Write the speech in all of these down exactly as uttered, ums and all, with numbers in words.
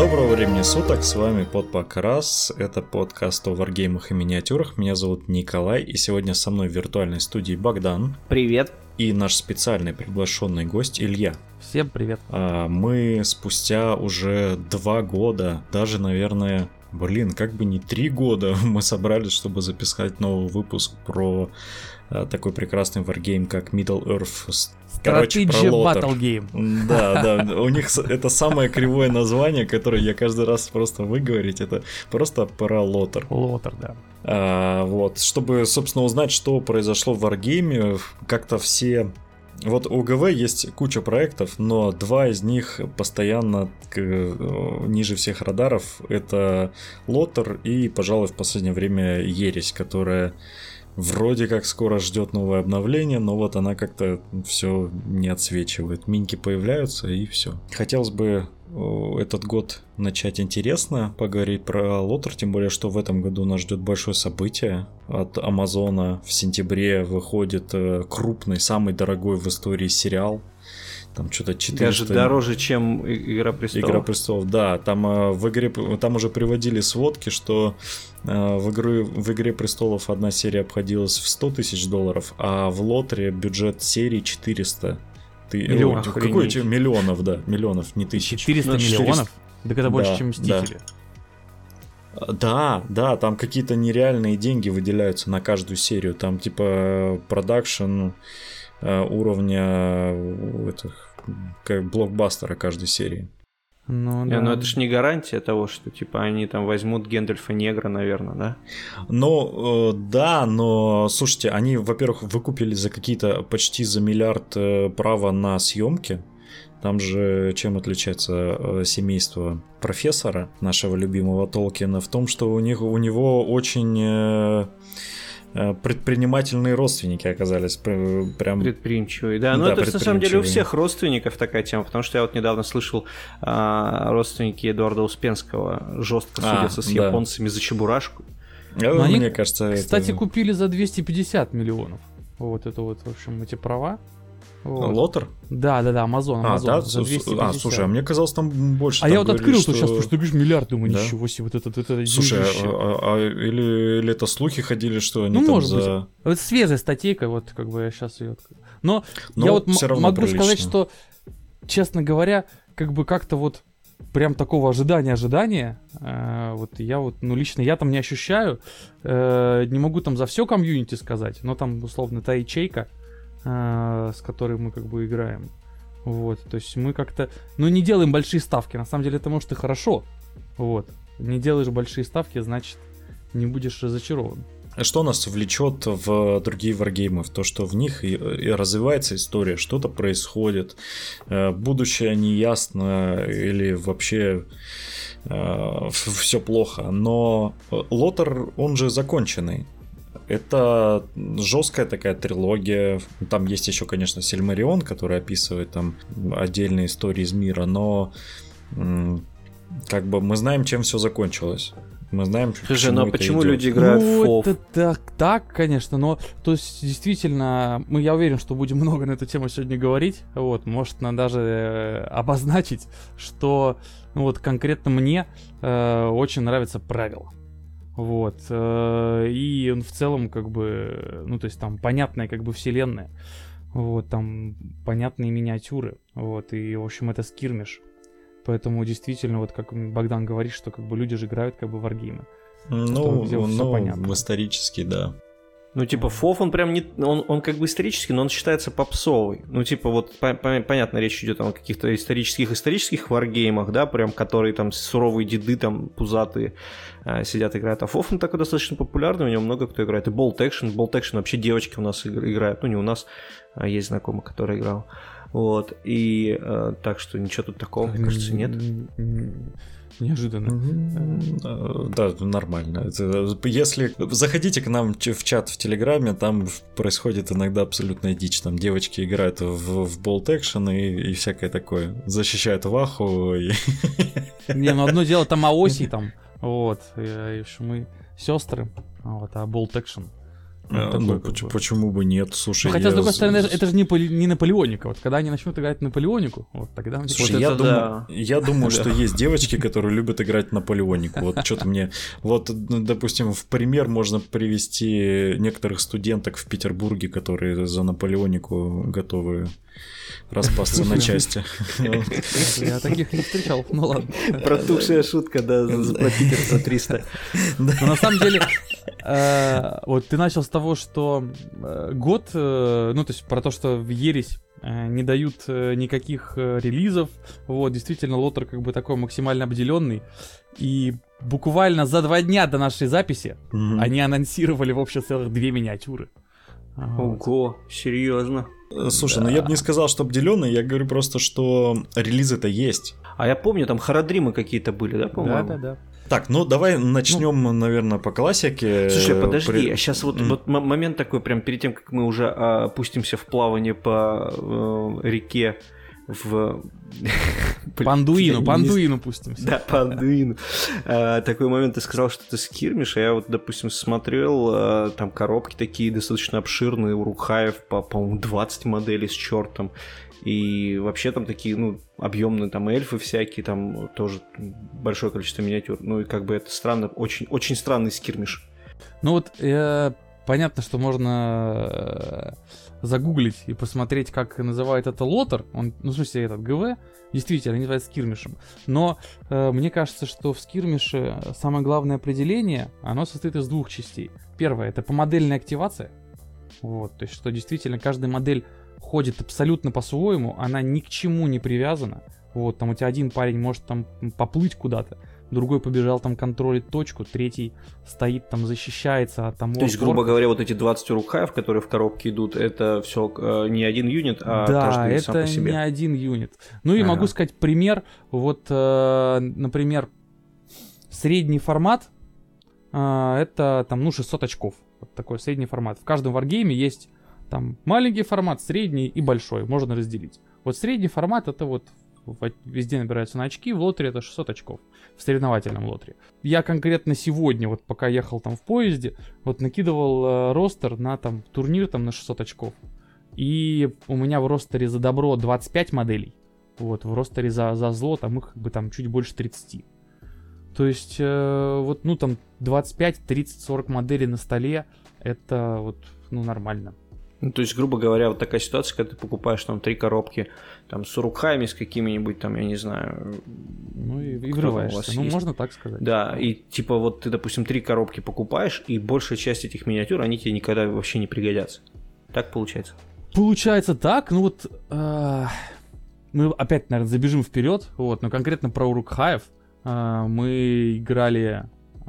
Доброго времени суток, с вами Подпокрас, это подкаст о варгеймах и миниатюрах, меня зовут Николай, и сегодня со мной в виртуальной студии Богдан. Привет. И наш специальный приглашенный гость Илья. Всем привет. Мы спустя уже два года, даже, наверное, блин, как бы не три года, мы собрались, чтобы записать новый выпуск про такой прекрасный варгейм, как Middle-earth. Короче, про Лотер. Battle Game. Да, да, у них это самое кривое название, которое я каждый раз просто выговорить, это просто про Лотер. Лотер, да. А, вот, чтобы, собственно, узнать, что произошло в варгейме, как-то все... Вот у ГВ есть куча проектов, но два из них постоянно ниже всех радаров. Это Лотер и, пожалуй, в последнее время Ересь, которая вроде как скоро ждет новое обновление, но вот она как-то все не отсвечивает. Миньки появляются и все. Хотелось бы этот год начать интересно, поговорить про Лотер, тем более, что в этом году нас ждет большое событие. От Амазона в сентябре выходит крупный, самый дорогой в истории сериал. Там что-то четыреста... Даже дороже, чем Игра престолов. Игра престолов, да. Там, в игре, там уже приводили сводки, что в, игры, в Игре престолов одна серия обходилась в сто тысяч долларов, а в Лотере бюджет серии четыреста. Ты... Миллионов. Какой миллионов, да, миллионов, не тысяч. четыреста миллионов? Так это больше, да, чем Мстители. Да. Да, да, там какие-то нереальные деньги выделяются на каждую серию. Там типа продакшн уровня этих, как блокбастера каждой серии. Ну, да. Но это ж не гарантия того, что типа они там возьмут Гэндальфа негра, наверное, да? Ну, э, да, но слушайте, они, во-первых, выкупили за какие-то почти за миллиард э, права на съемки. Там же чем отличается э, семейство профессора, нашего любимого Толкина, в том, что у них у него очень э, предпринимательные родственники оказались. Прям... Предприимчивые, да. Ну, да, это на самом деле у всех родственников такая тема, потому что я вот недавно слышал, а, родственники Эдуарда Успенского жестко а, судятся с да. японцами за чебурашку. Я, мне они, кажется, кстати, это... купили за двести пятьдесят миллионов. Вот это вот, в общем, эти права. Вот. Лотер? Да, да, да, Амазон, Амазон. А, да? За двести пятьдесят. А, слушай, а мне казалось, там больше. А там я вот говорили, открыл что... тут сейчас, потому что ты говоришь миллиард, думаю, да? ничего себе, вот это, вот это. Слушай, а, а, а, или, или это слухи ходили, что они ну, там может за... быть. Это свежая статейка, вот как бы я сейчас ее открыл. Но, Но я вот м- могу прилично. сказать, что, честно говоря, как бы как-то вот прям такого ожидания-ожидания, э, вот я вот, ну лично я там не ощущаю, э, не могу там за все комьюнити сказать, но там условно та ячейка, с которой мы как бы играем. Вот, то есть мы как-то, ну, не делаем большие ставки. На самом деле это может и хорошо. Вот. Не делаешь большие ставки, значит, не будешь разочарован. Что нас влечет в другие варгеймы? В то, что в них и, и развивается история, что-то происходит, будущее неясно или вообще э, все плохо. Но Лотер, он же законченный. Это жесткая такая трилогия. Там есть еще, конечно, Сильмарион, который описывает там отдельные истории из мира, но как бы мы знаем, чем все закончилось. Мы знаем, Слушай, но почему идет. Люди играют ну, в ФОВ? Это так, так, конечно, но то есть действительно, мы, я уверен, что будем много на эту тему сегодня говорить. Вот, может, надо даже э, обозначить, что ну, вот конкретно мне э, очень нравятся правила. Вот, и он в целом как бы, ну то есть там понятная как бы вселенная, вот, там понятные миниатюры, вот, и в общем это скирмиш, поэтому действительно вот как Богдан говорит, что как бы люди же играют как бы в варгеймы. Ну, ну исторически, да. Ну, типа, ФОВ, он прям не... Он, он как бы исторический, но он считается попсовый. Ну, типа, вот, по, по, понятно, речь идет о каких-то исторических-исторических варгеймах, да, прям, которые там суровые деды, там, пузатые э, сидят, играют. А ФОВ, он такой достаточно популярный, у него много кто играет. И Bolt Action, Bolt Action вообще девочки у нас играют. Ну, не у нас, а есть знакомый, который играл. Вот, и э, так что ничего тут такого, мне кажется, нет. Неожиданно. Да, нормально. Если заходите к нам в чат в Телеграме, там происходит иногда абсолютная дичь. Там девочки играют в, в Bolt Action и, и всякое такое. Защищают Ваху. И... Не, ну одно дело там Аоси там. Вот. И мы сестры. Вот, а Bolt Action. Ну, а, такой, ну как поч- бы. почему бы нет? Слушай, Ну, хотя, я... с другой стороны, это же не, поли- не Наполеоника. Вот когда они начнут играть Наполеонику, вот тогда... мне Слушай, Вот я, это думаю, да. я думаю, что есть девочки, которые любят играть в Наполеонику. Вот что-то мне... Вот, ну, допустим, в пример можно привести некоторых студенток в Петербурге, которые за Наполеонику готовы распасться на части. Я таких не встречал, ну ладно. Протухшая шутка, да, заплатите за триста. Но на самом деле, э, вот ты начал с того, что э, год, э, ну то есть про то, что в Ересь э, не дают э, никаких э, релизов, вот, действительно, Лотер как бы такой максимально обделенный, и буквально за два дня до нашей записи Мгм. они анонсировали вообще целых две миниатюры. Вот. Ого, серьезно. Слушай, ну я бы не сказал, что обделенный, я говорю просто, что релизы-то есть. А я помню, там хородримы какие-то были, да, по-моему? Да, да, да. Так, ну давай начнем, наверное, по классике. Слушай, подожди, При- а сейчас вот, М. вот м- момент такой, прям перед тем, как мы уже а, опустимся в плавание по э, реке в... По Андуину, Блин, по не- Андуину пустимся. Да, по Андуину. А, такой момент, ты сказал, что это скирмиш, а я вот, допустим, смотрел, а, там коробки такие достаточно обширные у Рукхаев, по, по-моему, двадцать моделей с чертом. И вообще там такие, ну, объемные там эльфы всякие, там тоже большое количество миниатюр. Ну и как бы это странно, очень, очень странный скирмиш. Ну вот, э, понятно, что можно э, загуглить и посмотреть, как называет это Лотер. Он, ну, в смысле, этот ГВ, действительно, они называют скирмишем. Но э, мне кажется, что в скирмише самое главное определение, оно состоит из двух частей. Первое, это помодельная активация. Вот, то есть, что действительно каждая модель ходит абсолютно по-своему, она ни к чему не привязана. Вот, там у тебя один парень может там поплыть куда-то, другой побежал там контролить точку, третий стоит там, защищается от там... То есть, грубо говоря, вот эти двадцать Рукхаев, которые в коробке идут, это все э, не один юнит, а да, каждый сам это по себе. не один юнит. Ну и Ага. могу сказать пример. Вот, э, например, средний формат, э, это там, ну, шестьсот очков. Вот такой средний формат. В каждом варгейме есть там маленький формат, средний и большой. Можно разделить. Вот средний формат это вот в- везде набираются на очки. В лотере это шестьсот очков. В соревновательном лотере. Я конкретно сегодня, вот пока ехал там в поезде, вот накидывал э, ростер на там турнир там на шестьсот очков. И у меня в ростере за добро двадцать пять моделей. Вот, в ростере за, за зло там их как бы там чуть больше тридцать. То есть, э, вот, ну там двадцать пять, тридцать, сорок моделей на столе, это вот, ну, нормально. Ну, то есть, грубо говоря, вот такая ситуация, когда ты покупаешь там три коробки там с Урукхаями, с какими-нибудь там, я не знаю... Ну и, и кто врываешься, у вас ну есть. можно так сказать. Да, и типа вот ты, допустим, три коробки покупаешь, и большая часть этих миниатюр, они тебе никогда вообще не пригодятся. Так получается? Получается так, ну вот, э, мы опять, наверное, забежим вперед, вот, но конкретно про Урукхаев э, мы играли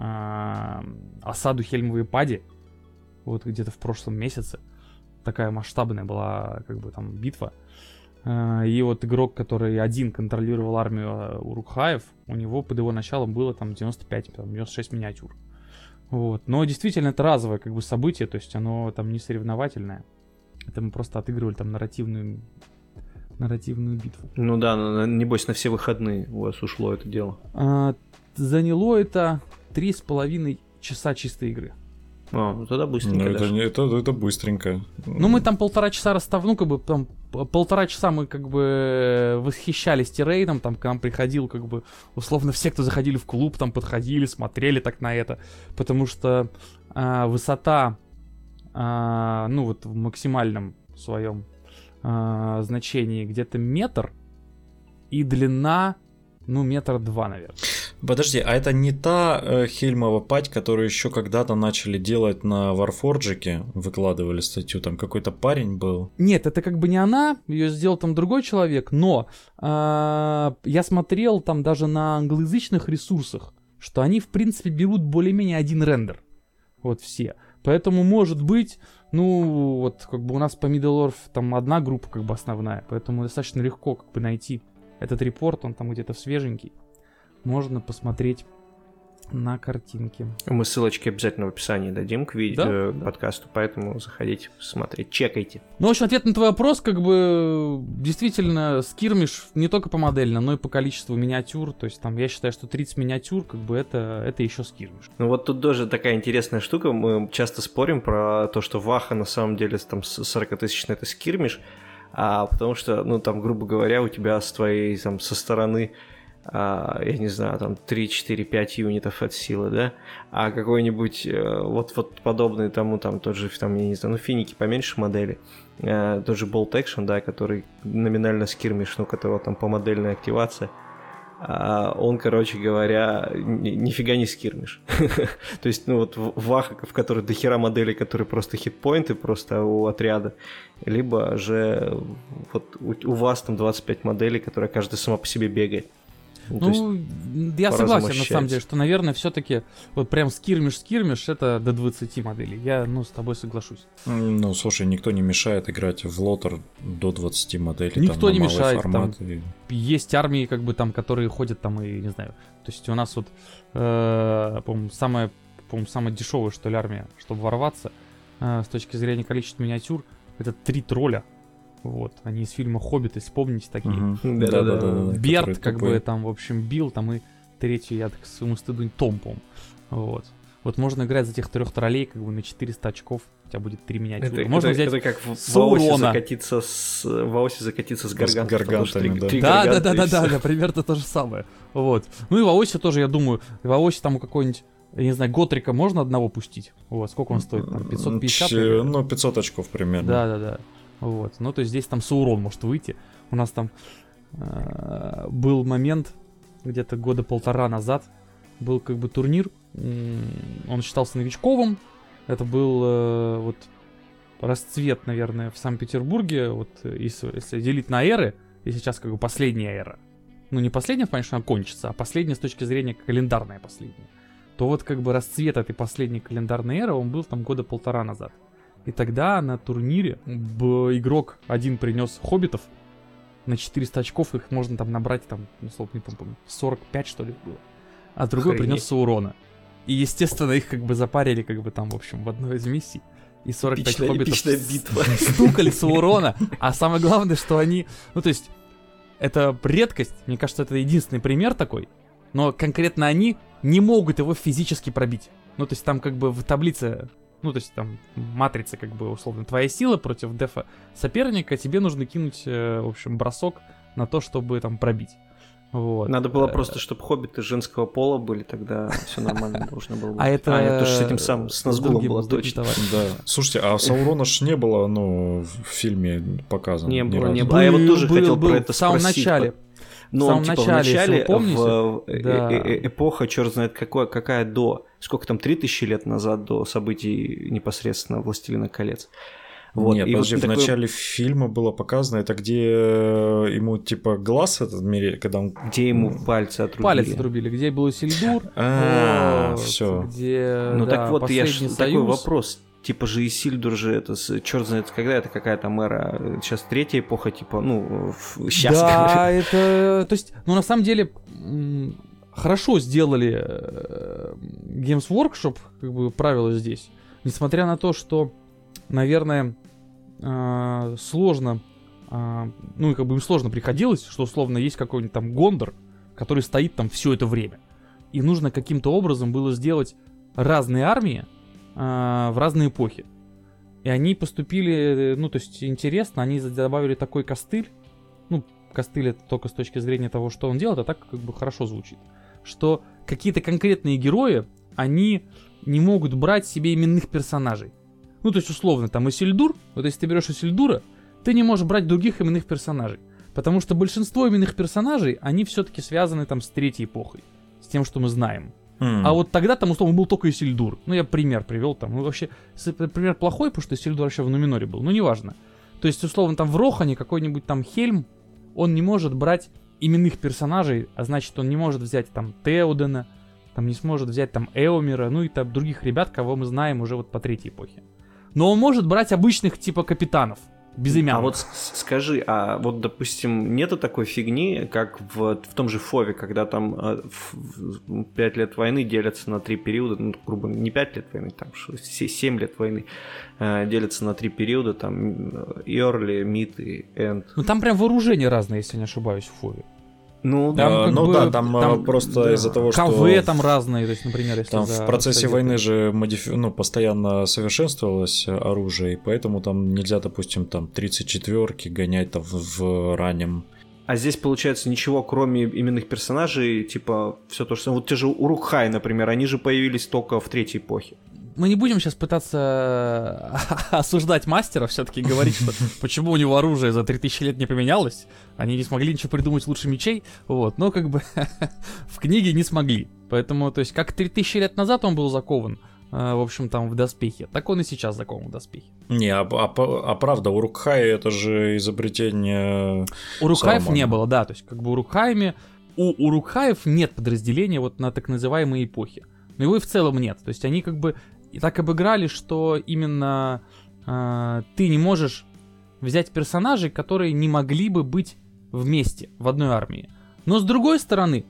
э, осаду Хельмовой Пади, вот где-то в прошлом месяце. Такая масштабная была, как бы, там, битва. Э, И вот игрок, который один контролировал армию Урукхаев, у него под его началом было там девяносто пять, там, девяносто шесть миниатюр. Вот. Но действительно это разовое, как бы, событие, то есть оно там не соревновательное. Это мы просто отыгрывали там нарративную, нарративную битву. Ну да, ну, небось на все выходные у вас ушло это дело. А, заняло это три с половиной часа чистой игры. А, ну тогда Ну, быстренько это, даже. не- это, это быстренько. Ну, мы там полтора часа расстав... Ну, как бы, там, п- полтора часа мы, как бы, восхищались террейном, там, к нам приходил, как бы, условно, все, кто заходили в клуб, там, подходили, смотрели так на это, потому что а, высота, а, ну, вот в максимальном своем а, значении где-то метр, и длина, ну, метр два, наверное. Подожди, а это не та э, Хельмова падь, которую еще когда-то начали делать на Варфорджике, выкладывали статью, там какой-то парень был. Нет, это как бы не она, ее сделал там другой человек, но а, я смотрел там даже на англоязычных ресурсах, что они в принципе берут более-менее один рендер, вот все. Поэтому может быть, ну вот как бы у нас по Middle-earth там одна группа как бы основная, поэтому достаточно легко как бы найти этот репорт, он там где-то свеженький. Можно посмотреть на картинке. Мы ссылочки обязательно в описании дадим к видео, да, к подкасту, да. Поэтому заходите, смотреть, чекайте. Ну, в общем, ответ на твой вопрос, как бы, действительно, скирмиш не только по модельно, но и по количеству миниатюр. То есть, там, я считаю, что тридцать миниатюр, как бы, это, это еще скирмиш. Ну, вот тут тоже такая интересная штука. Мы часто спорим про то, что Ваха на самом деле там сорокатысячный это скирмиш, а потому что, ну, там, грубо говоря, у тебя с твоей, там, со стороны Uh, я не знаю, там три, четыре, пять юнитов от силы, да, а какой-нибудь uh, вот, вот подобный тому, там, тот же, там, я не знаю, ну, финики поменьше модели, uh, тот же Bolt Action, да, который номинально скирмиш, ну, которого там по модельной активации, uh, он, короче говоря, ни, нифига не скирмиш. То есть, ну, вот Ваха, в которой дохера моделей, которые просто хитпоинты просто у отряда, либо же вот у, у вас там двадцать пять моделей, которые каждая сама по себе бегает. Ну, ну я согласен, на самом деле, что, наверное, все-таки вот прям скирмиш-скирмиш это до двадцати моделей. Я, ну, с тобой соглашусь. Ну, слушай, никто не мешает играть в лотер до двадцати моделей. Никто там, не мешает. Формат, там, и... Есть армии, как бы там, которые ходят там и, не знаю. То есть у нас вот, э, по-моему, самая, по-моему, самая дешевая, что ли, армия, чтобы ворваться, э, с точки зрения количества миниатюр, это три тролля. Вот, они из фильма «Хоббиты», вспомните такие. Uh-huh. Да-да-да. Берт, как бы, там, в общем, бил, там, и третий, я так к своему стыду, Том, по-моему. Вот. Вот можно играть за тех трех троллей, как бы, на четыреста очков, у тебя будет три миниатюры. Это, можно это, взять это как в Ваусе закатиться с, в Ваусе закатиться с гаргантом. С гаргантами, да. Да, да, да, да, да, примерно то же самое. Вот. Ну и в Ваусе тоже, я думаю, в Ваусе там у какой-нибудь, я не знаю, Готрика можно одного пустить? Вот, сколько он стоит? Там, пятьсот пятьдесят? Ч- ну, пятьсот очков примерно. Да, да, да. Вот, ну то есть здесь там Саурон может выйти. У нас там э, был момент, где-то года полтора назад, был как бы турнир, он считался новичковым, это был э, вот расцвет, наверное, в Санкт-Петербурге, вот если, если делить на эры, и сейчас как бы последняя эра, ну не последняя, конечно, она кончится, а последняя с точки зрения календарная последняя, то вот как бы расцвет этой последней календарной эры, он был там года полтора назад. И тогда на турнире игрок один принес хоббитов на четыреста очков, их можно там набрать, там, ну, словно не помню, сорок пять что ли было. А другой Охренеть. принес Саурона. И, естественно, их как бы запарили, как бы там, в общем, в одной из миссий. И сорок пять эпичная, хоббитов эпичная битва. стукали Саурона. А самое главное, что они... Ну, то есть, это редкость. Мне кажется, это единственный пример такой. Но конкретно они не могут его физически пробить. Ну, то есть, там как бы в таблице... Ну, то есть там матрица, как бы, условно, твоя сила против дефа соперника, тебе нужно кинуть, в общем, бросок на то, чтобы там пробить. Вот. Надо было просто, чтобы хоббиты женского пола были, тогда все нормально должно было быть. А это... А, нет, то, что с этим самым, с Назгулом было точно. Да. Слушайте, а Саурона ж не было, ну, в фильме показано. Не было, не было. А я вот тоже хотел про это в самом спросить. начале. Ну, в самом он, типа, начале, в начале, если вы помните, в да. э- э- эпоха, черт знает какой, какая до, сколько там, три тысячи лет назад до событий непосредственно «Властелина колец». Вот. Нет, и подожди, вот в такой... начале фильма было показано, это где ему, типа, глаз этот мере, когда он... Где ему пальцы отрубили. Палец отрубили, где был Сильдур. А, все. Где, ну да, так вот, я ж, такой союз. вопрос. Типа же Исильдур же это, черт знает, когда это какая-то эра, сейчас третья эпоха, типа, ну, сейчас. Да, это, то есть, ну, на самом деле, хорошо сделали Games Workshop, как бы, правила здесь, несмотря на то, что, наверное, сложно, ну, и как бы им сложно приходилось, что, условно, есть какой-нибудь там Гондор, который стоит там все это время, и нужно каким-то образом было сделать разные армии, в разные эпохи. И они поступили, ну, то есть, интересно, они добавили такой костыль, ну, костыль это только с точки зрения того, что он делает, а так как бы хорошо звучит, что какие-то конкретные герои, они не могут брать себе именных персонажей. Ну, то есть, условно, там, Исильдур, вот если ты берешь Исильдура, ты не можешь брать других именных персонажей, потому что большинство именных персонажей, они все-таки связаны там с третьей эпохой, с тем, что мы знаем. Mm. А вот тогда там, условно, был только Исильдур. Ну, я пример привел там. Ну, вообще, пример плохой, потому что Исильдур вообще в Нуминоре был. Ну, неважно. То есть, условно, там в Рохане какой-нибудь там Хельм, он не может брать именных персонажей, а значит, он не может взять там Теодена, там не сможет взять там Эомира, ну и там других ребят, кого мы знаем уже вот по третьей эпохе. Но он может брать обычных типа капитанов. безымянных. А вот скажи, а вот, допустим, нету такой фигни, как в, в том же Фове, когда там пять лет войны делятся на три периода, ну, грубо не пять лет войны, там семь лет войны э, делятся на три периода, там early, mid и end. Ну там прям вооружения разные, если не ошибаюсь, в Фове. Ну, там, да, ну бы, да, там, там просто да, из-за того, что... КВ там разные, то есть, например, если там за в процессе Советы. войны же модифи... ну, постоянно совершенствовалось оружие, и поэтому там нельзя, допустим, там тридцать четвёрки гонять там в, в раннем. А здесь, получается, ничего, кроме именных персонажей, типа, все то, что... Вот те же Урукхай, например, они же появились только в третьей эпохе. Мы не будем сейчас пытаться осуждать мастера, все-таки говорить, что почему у него оружие за три тысячи лет не поменялось. Они не смогли ничего придумать лучше мечей, вот, но как бы в книге не смогли. Поэтому, то есть, как три тысячи лет назад он был закован, в общем, там, в доспехе, так он и сейчас закован в доспехе. Не, а, а, а правда, Урукхай это же изобретение Урукхаев Сарумана. не было, да, то есть, как бы Урукхаями, у Урукхаев нет подразделения вот на так называемые эпохи. Но его и в целом нет, то есть, они как бы и так обыграли, что именно э, ты не можешь взять персонажей, которые не могли бы быть вместе в одной армии. Но с другой стороны,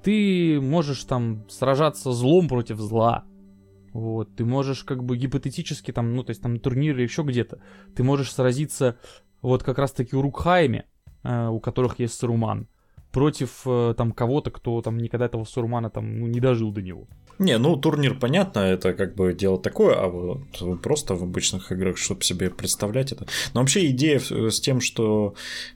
ты можешь там сражаться злом против зла. Вот, ты можешь как бы гипотетически там, ну то есть там на турнире или еще где-то, ты можешь сразиться вот как раз-таки Урукхаями, э, у которых есть Саруман, против э, там кого-то, кто там никогда этого Сарумана там ну, не дожил до него. Не, ну турнир, понятно, это как бы дело такое, а вот просто в обычных играх, чтобы себе представлять это. Но вообще идея с тем, что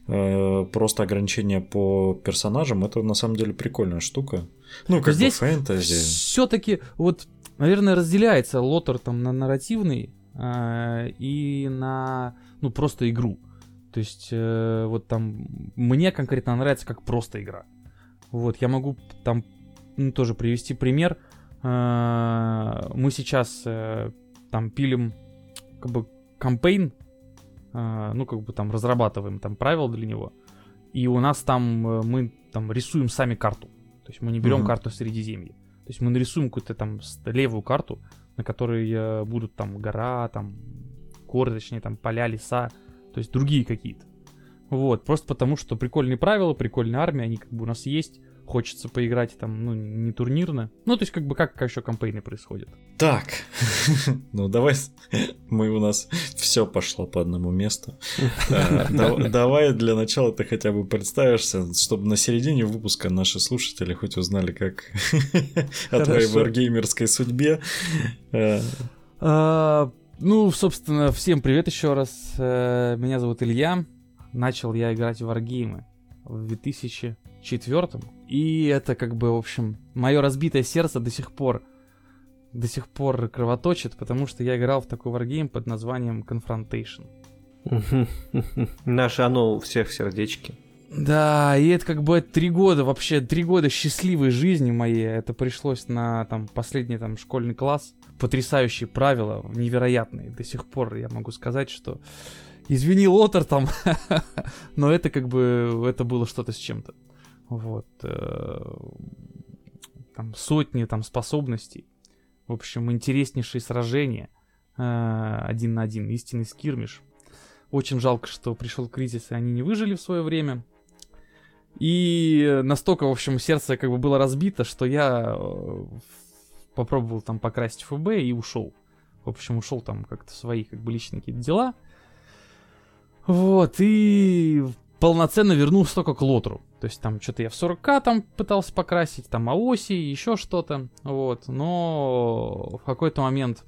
э, просто ограничение по персонажам, это на самом деле прикольная штука. Ну, как здесь бы фэнтези. Все-таки вот, наверное, разделяется лотер там на нарративный э, и на, ну, просто игру. То есть, э, вот там, мне конкретно нравится как просто игра. Вот, я могу там ну, тоже привести пример. Мы сейчас э, там пилим как бы кампейн, э, ну как бы там разрабатываем там правила для него, и у нас там э, мы там рисуем сами карту, то есть мы не берем mm-hmm. карту Средиземья, то есть мы нарисуем какую-то там левую карту, на которой э, будут там гора, там горы, точнее там поля, леса, то есть другие какие-то. Вот, просто потому что прикольные правила, прикольная армия, они как бы у нас есть. Хочется поиграть там, ну, не турнирно. Ну, то есть, как бы, как, как еще кампейны происходят. Так, ну давай, мы у нас все пошло по одному месту. Давай для начала ты хотя бы представишься, чтобы на середине выпуска наши слушатели хоть узнали, как о твоей варгеймерской судьбе. Ну, собственно, всем привет еще раз. Меня зовут Илья. Начал я играть в варгеймы в две тысячи четвёртом. И это как бы, в общем, мое разбитое сердце до сих пор, до сих пор кровоточит, потому что я играл в такой варгейм под названием Confrontation. Наше оно у всех сердечки. Да, и это как бы три года, вообще три года счастливой жизни моей. Это пришлось на там последний там школьный класс. Потрясающие правила, невероятные. До сих пор я могу сказать, что извини, лотер там, но это как бы, это было что-то с чем-то. Вот. Там сотни там способностей. В общем, интереснейшие сражения. Один на один. Истинный скирмиш. Очень жалко, что пришел кризис, и они не выжили в свое время. И настолько, в общем, сердце как бы было разбито, что я попробовал там покрасить эф бэ и ушел. В общем, ушел там как-то в свои как бы личные какие-то дела. Вот, и полноценно вернулся только к лотеру. То есть там что-то я в сорок ка там пытался покрасить, там аоси, еще что-то. Вот, но в какой-то момент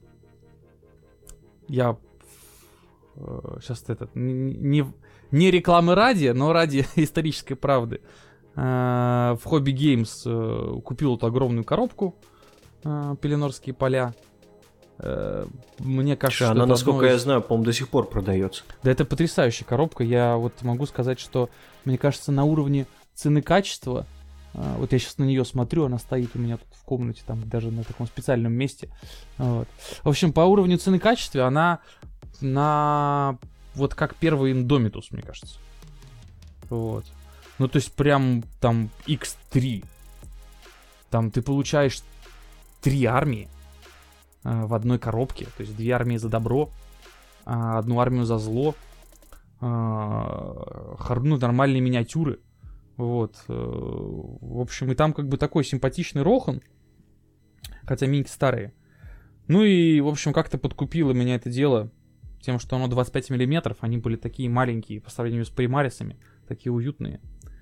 я э, сейчас этот не, не рекламы ради, но ради исторической правды э, в Hobby Games э, купил эту огромную коробку э, Пеленорские поля. Мне кажется, что она, насколько из... я знаю, по-моему, до сих пор продается. Да, это потрясающая коробка. Я вот могу сказать, что, мне кажется, на уровне цены-качества, вот я сейчас на нее смотрю, она стоит у меня тут в комнате, там даже на таком специальном месте. Вот. В общем, по уровню цены-качества она на вот как первый Индомитус, мне кажется. Вот. Ну, то есть прям там икс три. Там ты получаешь три армии в одной коробке, то есть две армии за добро, одну армию за зло, ну, нормальные миниатюры. Вот. В общем, и там как бы такой симпатичный Рохан, хотя миньки старые. Ну и, в общем, как-то подкупило меня это дело тем, что оно двадцать пять миллиметров, они были такие маленькие по сравнению с примарисами, такие уютные.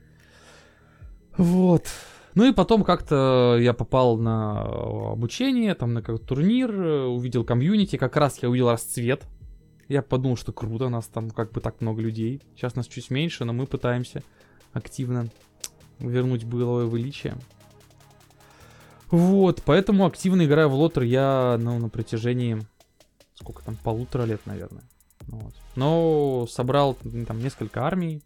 Вот. Ну и потом как-то я попал на обучение, там на какой-то турнир, увидел комьюнити, как раз я увидел расцвет. Я подумал, что круто, нас там как бы так много людей. Сейчас нас чуть меньше, но мы пытаемся активно вернуть былое величие. Вот, поэтому активно играю в лотер я, ну, на протяжении, сколько там, полутора лет, наверное. Вот. Но собрал там несколько армий,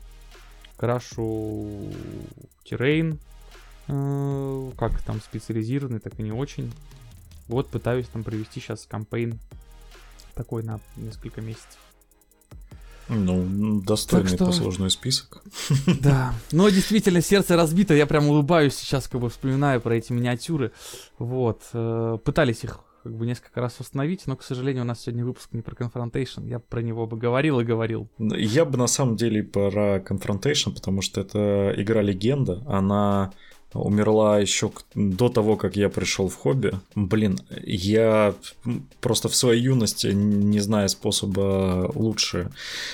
крашу террейн, э, как там специализированный, так и не очень. Вот пытаюсь там провести сейчас кампейн такой на несколько месяцев. Ну, достойный что... послужной список. Да, но действительно сердце разбито, я прям улыбаюсь сейчас, как бы вспоминаю про эти миниатюры. Вот, пытались их как бы несколько раз установить, но, к сожалению, у нас сегодня выпуск не про Confrontation, я про него бы говорил и говорил. Я бы на самом деле про Confrontation, потому что это игра-легенда, она... умерла еще до того, как я пришел в хобби. Блин, я просто в своей юности, не зная способа лучше,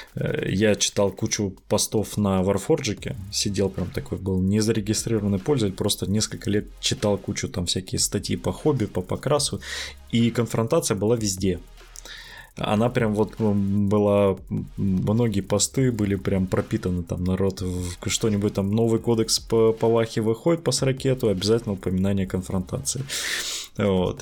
я читал кучу постов на Warforged, сидел прям такой, был незарегистрированный пользователь, просто несколько лет читал кучу там всякие статьи по хобби, по покрасу, и конфронтация была везде. Она прям вот была, многие посты были прям пропитаны, там народ что-нибудь там, новый кодекс по, по Вахе выходит по сорокету, обязательно упоминание конфронтации. Вот.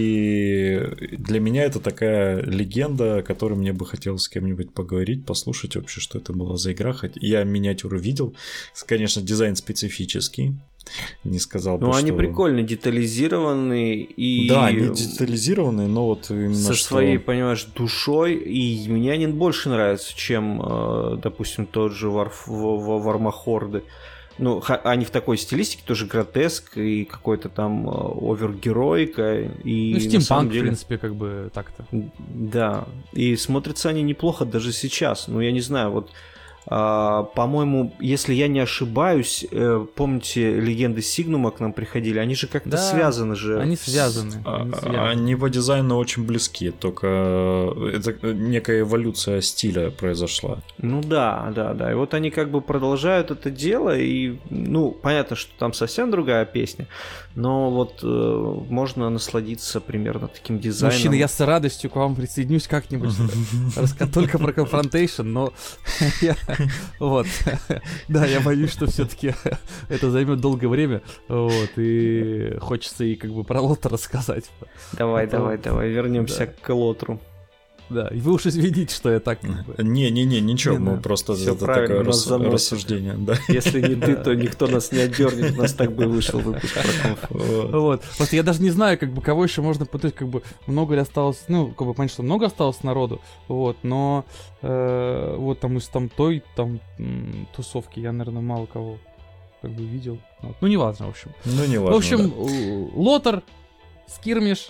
И для меня это такая легенда, о которой мне бы хотелось с кем-нибудь поговорить, послушать вообще, что это была за игра. Хоть я миниатюру видел, конечно, дизайн специфический. Не сказал бы, ну, что... они прикольно детализированные и... Да, они детализированные, но вот именно со что... своей, понимаешь, душой, и мне они больше нравятся, чем, допустим, тот же Вармахорды. Ну, они в такой стилистике, тоже гротеск и какой-то там овергероика. И ну, стимпанк, деле... в принципе, как бы так-то. Да, и смотрятся они неплохо даже сейчас. Ну, я не знаю, вот... Uh, по-моему, если я не ошибаюсь, э, помните, легенды Сигнума к нам приходили, они же как-то да, связаны же. Они связаны. С... Они, связаны. Они по дизайну очень близки, только это некая эволюция стиля произошла. Ну да, да, да. И вот они как бы продолжают это дело, и, ну, понятно, что там совсем другая песня, но вот э, можно насладиться примерно таким дизайном. Мужчина, я с радостью к вам присоединюсь как-нибудь, рассказать только про Confrontation, но я... Вот. Да, я боюсь, что все-таки это займет долгое время. Вот. И хочется и как бы про лотер рассказать. Давай, давай, давай, вернемся к лотру. Да, и вы уж извините, что я так... Как бы... Не-не-не, ничего, не, мы да. просто Всё это такое рас... рассуждение. Да. Если не ты, то никто нас не отдернет, у нас так бы вышел выпуск про конф. Вот. вот. Просто я даже не знаю, как бы, кого еще можно путать, как бы, много ли осталось, ну, как бы, понятно, что много осталось народу, вот, но э, вот там из там той, там, м, тусовки я, наверное, мало кого, как бы, видел. Вот. Ну, неважно, в общем. Ну, неважно, В общем, да. лотер, скирмиш,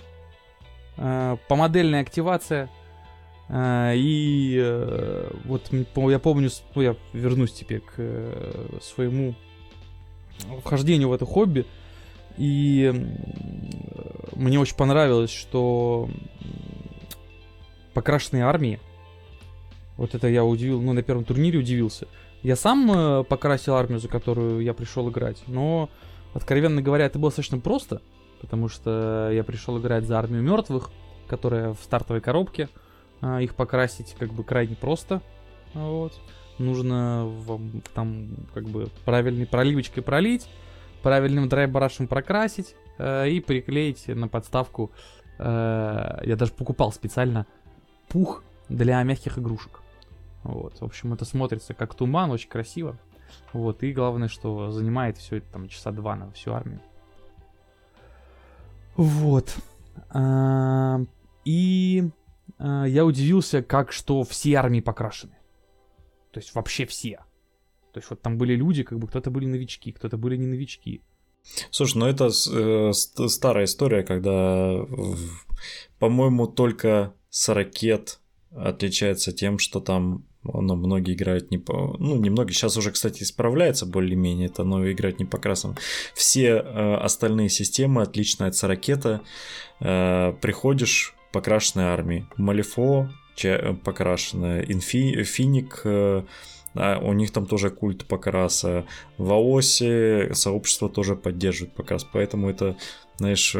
э, помодельная активация. Uh, и uh, вот я помню, ну, я вернусь теперь к uh, своему вхождению в это хобби, и uh, мне очень понравилось, что покрашенные армии, вот это я удивил, ну, на первом турнире удивился. Я сам uh, покрасил армию, за которую я пришел играть, но, откровенно говоря, это было достаточно просто, потому что я пришел играть за армию мертвых, которая в стартовой коробке. Их покрасить как бы крайне просто. Вот. Нужно там как бы правильной проливочкой пролить, правильным драйбарашем прокрасить э, и приклеить на подставку. Э, я даже покупал специально пух для мягких игрушек. Вот. В общем, это смотрится как туман, очень красиво. Вот. И главное, что занимает все это там часа два на всю армию. Вот. А, и я удивился, как что все армии покрашены. То есть вообще все. То есть вот там были люди, как бы кто-то были новички, кто-то были не новички. Слушай, ну это э, старая история, когда, по-моему, только сорокет отличается тем, что там но многие играют не по... Ну, немного сейчас уже, кстати, исправляется более-менее это, но играют не по красам. Все э, остальные системы отличная от ракета. Э, приходишь покрашенной армией. Малифо покрашенная, Инфи... Финик... Э, А у них там тоже культ покраса. В АОСе сообщество тоже поддерживает покрас. Поэтому это, знаешь,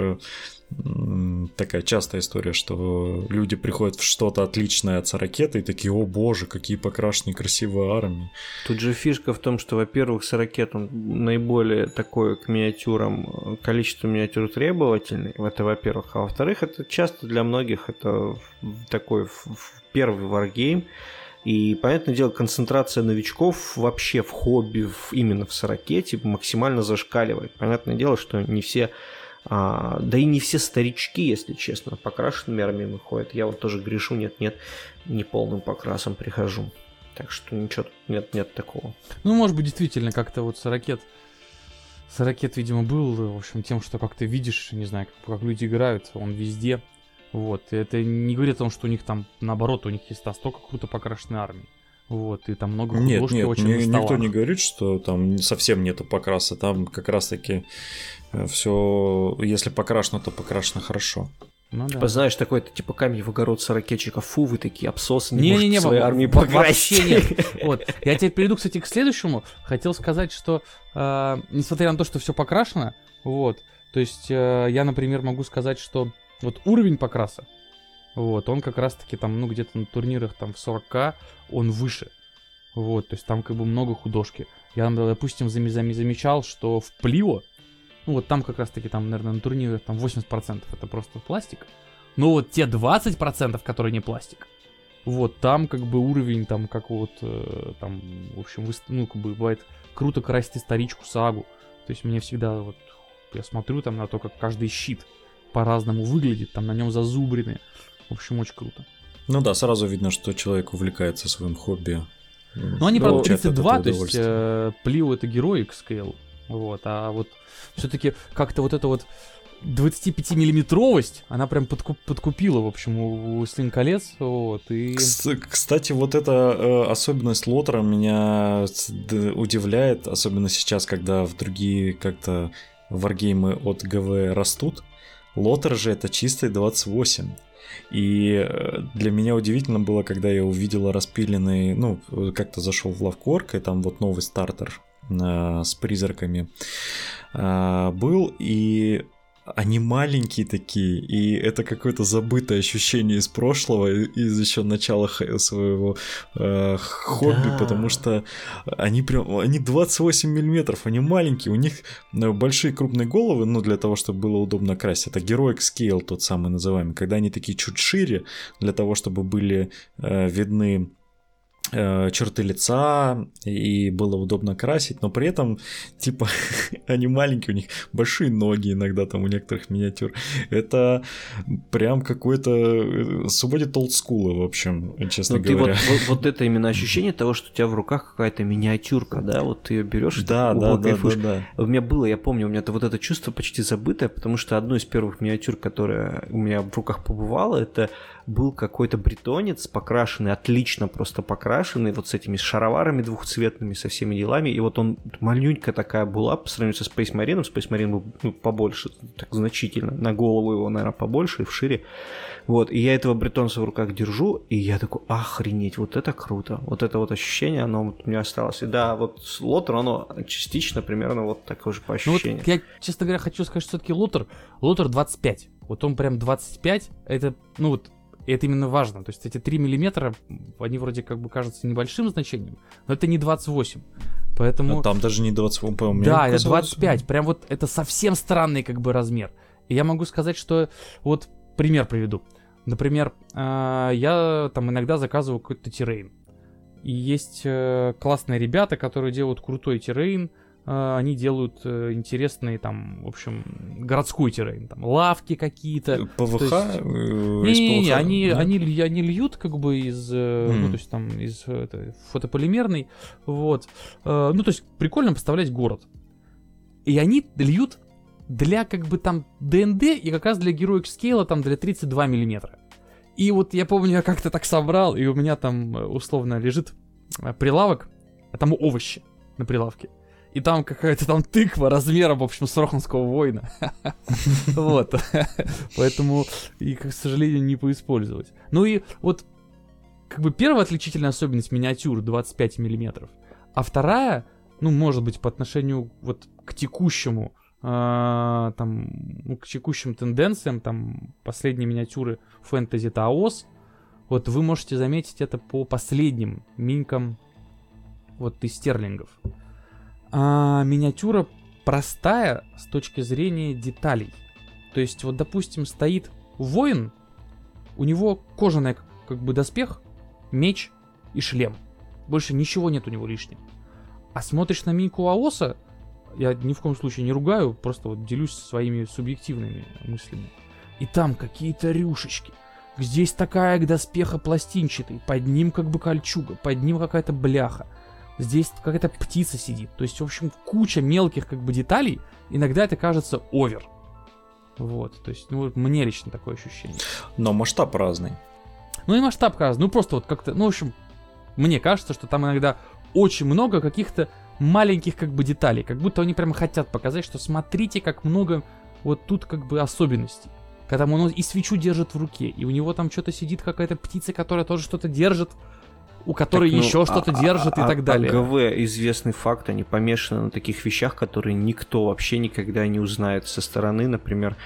такая частая история, что люди приходят в что-то отличное от ракеты и такие: о боже, какие покрашенные красивые армии. Тут же фишка в том, что, во-первых, Сорокет, он наиболее такой к миниатюрам, количество миниатюр требовательный, это во-первых. А во-вторых, это часто для многих это такой первый варгейм. И, понятное дело, концентрация новичков вообще в хобби, в, именно в Сорокете, максимально зашкаливает. Понятное дело, что не все, а, да и не все старички, если честно, покрашенными армиями ходят. Я вот тоже грешу, нет-нет, не полным покрасом прихожу. Так что ничего тут нет-нет такого. Ну, может быть, действительно, как-то вот Сорокет... Сорокет, видимо, был, в общем, тем, что как ты видишь, не знаю, как, как люди играют, он везде... Вот, это не говорит о том, что у них там, наоборот, у них есть настолько круто покрашенные армии. Вот, и там много художки нет, нет, очень ни, на столах. Никто не говорит, что там совсем нету покраса. Там как раз-таки все, если покрашено, то покрашено хорошо. Ну, типа, да. Знаешь, такой-то типа камень в огород сорокетчиков. Фу, вы такие обсосаны, не, можете не, не, своей в- армии в- покрасить. Вообще нет. Вот. Я теперь перейду, кстати, к следующему. Хотел сказать, что э, несмотря на то, что все покрашено, вот, то есть э, я, например, могу сказать, что вот уровень покраса, вот, он как раз-таки там, ну, где-то на турнирах там в сорок тысяч он выше. Вот, то есть там как бы много художки. Я, допустим, зам- зам- замечал, что в Плио, ну, вот там как раз-таки там, наверное, на турнирах там восемьдесят процентов это просто пластик. Но вот те двадцать процентов, которые не пластик, вот там как бы уровень там, как вот, э, там, в общем, вы, ну, как бы бывает круто красить историчку сагу. То есть мне всегда вот, я смотрю там на то, как каждый щит по-разному выглядит, там на нем зазубрены. В общем, очень круто. Ну да, сразу видно, что человек увлекается своим хобби. Ну, они, правда, тридцать два, то есть э, Плио это Heroic Scale, вот, а вот все-таки как-то вот эта вот двадцатипятимиллиметровость, она прям подкуп, подкупила, в общем, у «Властелин колец», вот, и... Кстати, вот эта э, особенность лотера меня удивляет, особенно сейчас, когда в другие как-то варгеймы от ГВ растут. Лотер же это чистый двадцать восемь. И для меня удивительно было, когда я увидел распиленный, ну, как-то зашел в Лавкорк, и там вот новый стартер э, с призраками э, был, и они маленькие такие, и это какое-то забытое ощущение из прошлого, из еще начала своего э, хобби, да. Потому что они прям, они двадцать восемь миллиметров, они маленькие, у них большие крупные головы, ну, для того, чтобы было удобно красить. Это Heroic Scale, тот самый называемый, когда они такие чуть шире, для того, чтобы были э, видны черты лица и было удобно красить, но при этом типа они маленькие, у них большие ноги иногда там у некоторых миниатюр. Это прям какой-то сводит олдскула, в общем, честно ну, говоря. Ты вот, вот, вот это именно ощущение того, что у тебя в руках какая-то миниатюрка, да, вот ты ее берешь, да, и да, да, да, да, да. У меня было, я помню, у меня это вот это чувство почти забытое, потому что одно из первых миниатюр, которое у меня в руках побывало, это был какой-то бретонец, покрашенный, отлично просто покрашенный, вот с этими шароварами двухцветными, со всеми делами, и вот он, малюнька такая была по сравнению со Space Marine, Space Marine был ну, побольше, так значительно, на голову его, наверное, побольше и вшире, вот, и я этого бретонца в руках держу, и я такой, охренеть, вот это круто, вот это вот ощущение, оно вот у меня осталось, и да, вот Лотер, оно частично примерно вот такое же по ощущению. Ну, вот я, честно говоря, хочу сказать, что все-таки Лотер, Лотер двадцать пять, вот он прям двадцать пять, это, ну вот, и это именно важно. То есть эти три миллиметра, они вроде как бы кажутся небольшим значением, но это не двадцать восемь. Поэтому... А там даже не двадцать восемь, по-моему. Да, это двадцать пять. Прям вот это совсем странный как бы размер. И я могу сказать, что... Вот пример приведу. Например, я там иногда заказываю какой-то террейн. И есть классные ребята, которые делают крутой террейн. Они делают э, интересные там, в общем, городской террейн, там лавки какие-то. ПВХ? Есть... Не, не, они, они, они льют как бы из, mm. ну то есть там из это, фотополимерной, вот. Э, ну то есть прикольно поставлять город. И они льют для как бы там ДНД и как раз для Heroic Scale там для тридцать два миллиметра. И вот я помню, я как-то так собрал, и у меня там условно лежит прилавок, а там овощи на прилавке. И там какая-то там тыква размером, в общем, с Роханского воина. Вот. Поэтому, и, к сожалению, не поиспользовать. Ну и вот, как бы первая отличительная особенность миниатюр двадцать пять миллиметров. А вторая, ну, может быть, по отношению вот к текущему, э, там, ну, к текущим тенденциям, там, последние миниатюры фэнтези Таос, вот вы можете заметить это по последним минькам вот из стерлингов. А миниатюра простая с точки зрения деталей. То есть, вот, допустим, стоит воин, у него кожаный, как бы, доспех, меч и шлем. Больше ничего нет у него лишнего. А смотришь на миньку Аоса, я ни в коем случае не ругаю, просто вот делюсь своими субъективными мыслями. И там какие-то рюшечки. Здесь такая доспеха пластинчатый, под ним как бы кольчуга, под ним какая-то бляха. Здесь какая-то птица сидит. То есть, в общем, куча мелких как бы деталей. Иногда это кажется овер. Вот, то есть, ну, вот мне лично такое ощущение. Но масштаб разный. Ну и масштаб разный. Ну просто вот как-то, ну в общем, мне кажется, что там иногда очень много каких-то маленьких как бы деталей. Как будто они прямо хотят показать, что смотрите, как много вот тут как бы особенностей. Когда он и свечу держит в руке, и у него там что-то сидит какая-то птица, которая тоже что-то держит, у которой так, ну, еще что-то а, держит а, и так далее. А ГВ известный факт, они помешаны на таких вещах, которые никто вообще никогда не узнает со стороны. Например,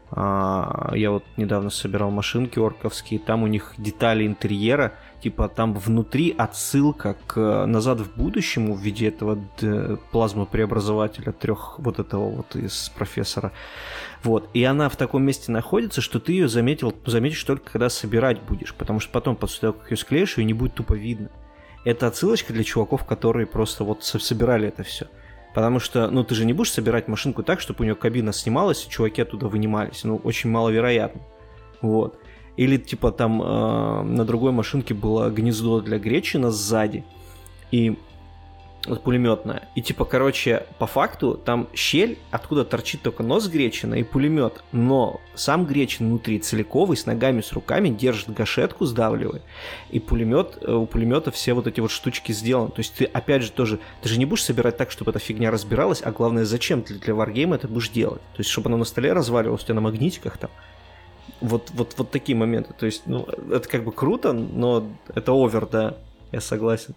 а, я вот недавно собирал машинки орковские, там у них детали интерьера, типа там внутри отсылка к «Назад в будущему» в виде этого плазмопреобразователя трех вот этого вот из профессора. Вот. И она в таком месте находится, что ты ее заметил, заметишь только когда собирать будешь, потому что потом, после того, как ее склеишь, ее не будет тупо видно. Это отсылочка для чуваков, которые просто вот собирали это все. Потому что, ну, ты же не будешь собирать машинку так, чтобы у нее кабина снималась, и чуваки оттуда вынимались. Ну, очень маловероятно. Вот. Или, типа, там э, на другой машинке было гнездо для Гречина сзади. И вот пулеметная. И типа, короче, по факту там щель, откуда торчит только нос Гречина и пулемет. Но сам Гречин внутри целиковый, с ногами, с руками, держит гашетку, сдавливает. И пулемет, у пулемета все вот эти вот штучки сделаны. То есть ты, опять же, тоже, ты же не будешь собирать так, чтобы эта фигня разбиралась, а главное, зачем ты для варгейма это будешь делать. То есть, чтобы оно на столе разваливалось у тебя на магнитиках там. Вот, вот, вот такие моменты. То есть, ну, это как бы круто, но это овер, да, я согласен.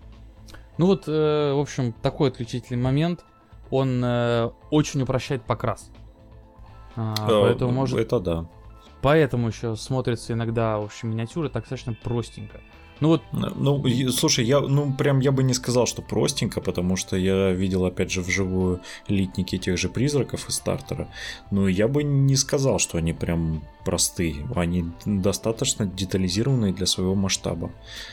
Ну вот, э, в общем, такой отличительный момент, он э, очень упрощает покрас. А, э, поэтому может... Это да. Поэтому еще смотрится иногда, в общем, миниатюры так достаточно простенько. Ну вот... Ну, слушай, я, ну, прям я бы не сказал, что простенько, потому что я видел, опять же, вживую литники тех же призраков из стартера. Но я бы не сказал, что они прям простые. Они достаточно детализированные для своего масштаба.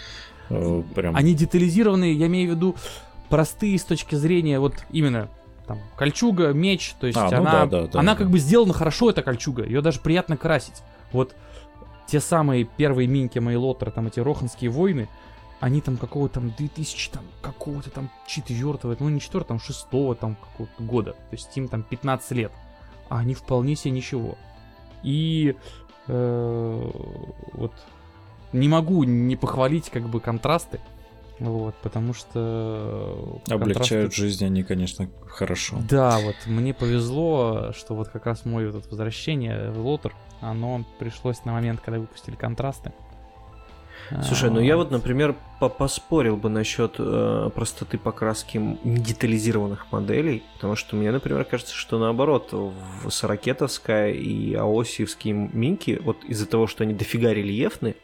Прям. Они детализированные, я имею в виду простые с точки зрения вот именно там кольчуга, меч, то есть а, она, ну да, да, да, она да. как бы сделана хорошо, эта кольчуга, ее даже приятно красить. Вот те самые первые миньки Мейлотера, там эти роханские войны, они там какого-то там две тысячи там какого-то там четвёртого, ну не четвёртого, там шестого там какого-то года, то есть им там пятнадцать лет, а они вполне себе ничего. И э, вот не могу не похвалить как бы контрасты, вот, потому что... Облегчают контрасты... жизнь они, конечно, хорошо. Да, вот мне повезло, что вот как раз мое вот возвращение в Лотер, оно пришлось на момент, когда выпустили контрасты. Слушай, ну я вот, например, поспорил бы насчет э, простоты покраски недетализированных моделей, потому что мне, например, кажется, что наоборот, в Сорокетовская и Аосиевские миньки, вот из-за того, что они дофига рельефны,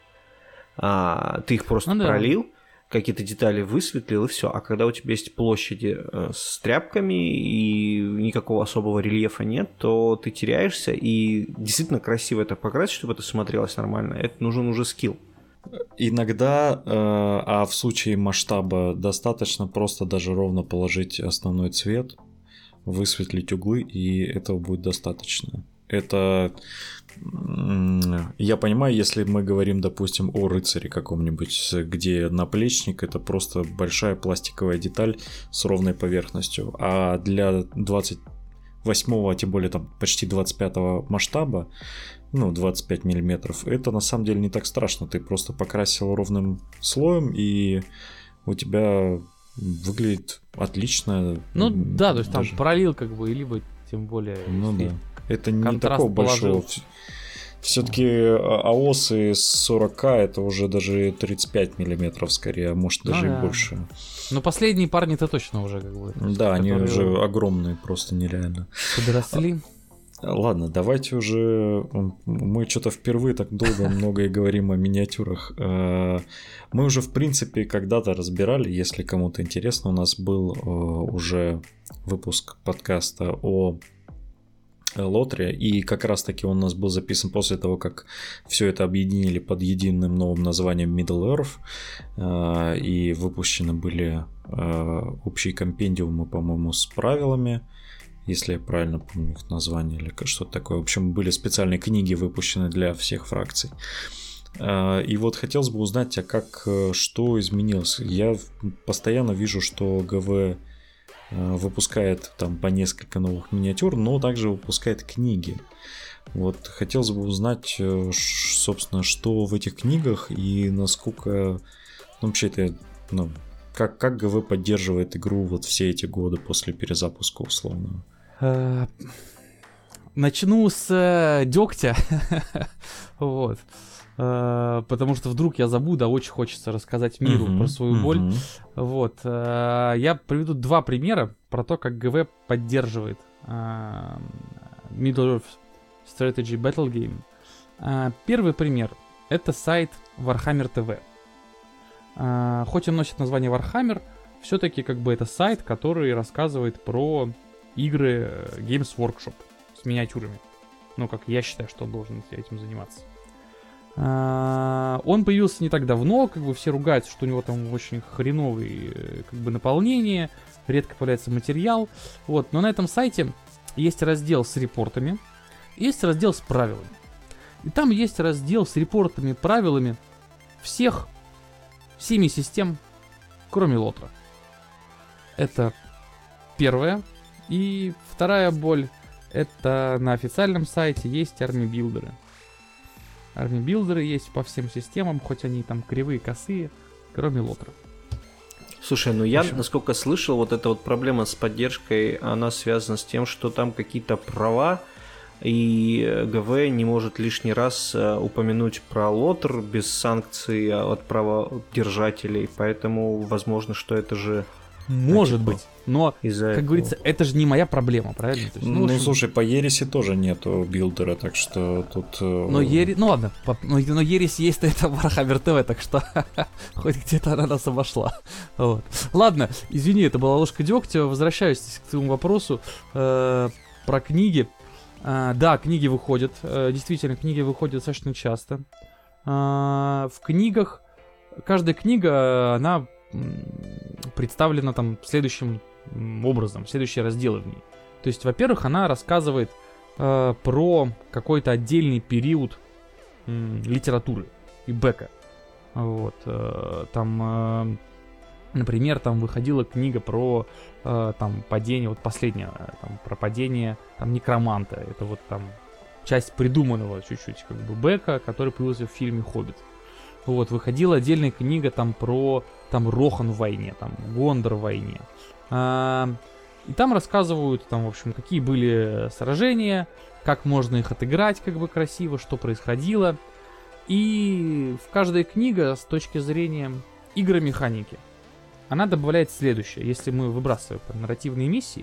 а, ты их просто ну, пролил, да. какие-то детали высветлил и все. А когда у тебя есть площади э, с тряпками и никакого особого рельефа нет, то ты теряешься, и действительно красиво это покрасить, чтобы это смотрелось нормально. Это нужен уже скилл. Иногда, э, а в случае масштаба достаточно просто даже ровно положить основной цвет, высветлить углы, и этого будет достаточно. Это... Я понимаю, если мы говорим, допустим, о рыцаре каком-нибудь, где наплечник — это просто большая пластиковая деталь с ровной поверхностью, а для двадцать восьмого, тем более там почти двадцать пятого масштаба, ну, двадцать пять миллиметров, это на самом деле не так страшно. Ты просто покрасил ровным слоем, и у тебя выглядит отлично. Ну да, то есть даже. Там пролил как бы, либо тем более... Ну да, это не контраст такого большого... положил. Все-таки АОСы с сорок ка это уже даже тридцать пять миллиметров скорее, а может даже ну, и да. больше. Но последние парни-то точно уже как бы... Да, они уже огромные, просто нереально. Подросли. Ладно, давайте уже... Мы что-то впервые так долго много и говорим о миниатюрах. Мы уже, в принципе, когда-то разбирали, если кому-то интересно, у нас был уже выпуск подкаста о Лотре, и как раз таки он у нас был записан после того, как все это объединили под единым новым названием Middle-earth, и выпущены были общие компендиумы, по-моему, с правилами, если я правильно помню их название или что-то такое. В общем, были специальные книги выпущены для всех фракций. И вот хотелось бы узнать, а как, что изменилось. Я постоянно вижу, что ГВ выпускает там по несколько новых миниатюр, но также выпускает книги. Вот хотелось бы узнать, собственно, что в этих книгах и насколько, ну, вообще это, ну, как, как ГВ поддерживает игру вот все эти годы после перезапуска условно. Начну с дегтя. Вот. Потому что вдруг я забуду, а очень хочется рассказать миру uh-huh, про свою uh-huh. боль. Вот. Я приведу два примера про то, как ГВ поддерживает Middle-earth Strategy Battle Game. Первый пример — это сайт Warhammer ти ви. Хоть он носит название Warhammer, все-таки как бы это сайт, который рассказывает про игры Games Workshop с миниатюрами. Ну, как я считаю, что он должен этим заниматься. Uh, он появился не так давно, как бы все ругаются, что у него там очень хреновый как бы наполнение, редко появляется материал, вот, но на этом сайте есть раздел с репортами, есть раздел с правилами, и там есть раздел с репортами, правилами всех семи систем, кроме Лотра. Это первая. И вторая боль, это на официальном сайте есть арми-билдеры. Арми-билдеры есть по всем системам, хоть они там кривые, косые, кроме Лотра. Слушай, ну я, насколько слышал, вот эта вот проблема с поддержкой, она связана с тем, что там какие-то права, и ГВ не может лишний раз упомянуть про Лотр без санкций от праводержателей, поэтому возможно, что это же... Может типа, быть, но, как этого. говорится, это же не моя проблема, правильно? То есть, ну, ну общем... слушай, по Ереси тоже нету билдера, так что тут... Но Ере... Ну ладно, по... но, но Ересь есть, это Warhammer ти ви, так что хоть где-то она нас обошла. Вот. Ладно, извини, это была ложка дегтя, возвращаюсь к твоему вопросу э, про книги. Э, да, книги выходят, э, действительно, книги выходят достаточно часто. Э, в книгах, каждая книга, она... представлена там следующим образом, следующие разделы в ней. То есть, во-первых, она рассказывает э, про какой-то отдельный период э, литературы и бэка. Вот. Э, там, э, например, там выходила книга про э, там падение, вот последняя, там, про падение там, некроманта. Это вот там часть придуманного чуть-чуть как бы бэка, который появился в фильме «Хоббит». Вот, выходила отдельная книга там про там Рохан в войне, там Гондор в войне. А, и там рассказывают, там, в общем, какие были сражения, как можно их отыграть как бы красиво, что происходило. И в каждой книге с точки зрения игромеханики она добавляет следующее. Если мы выбрасываем нарративные миссии,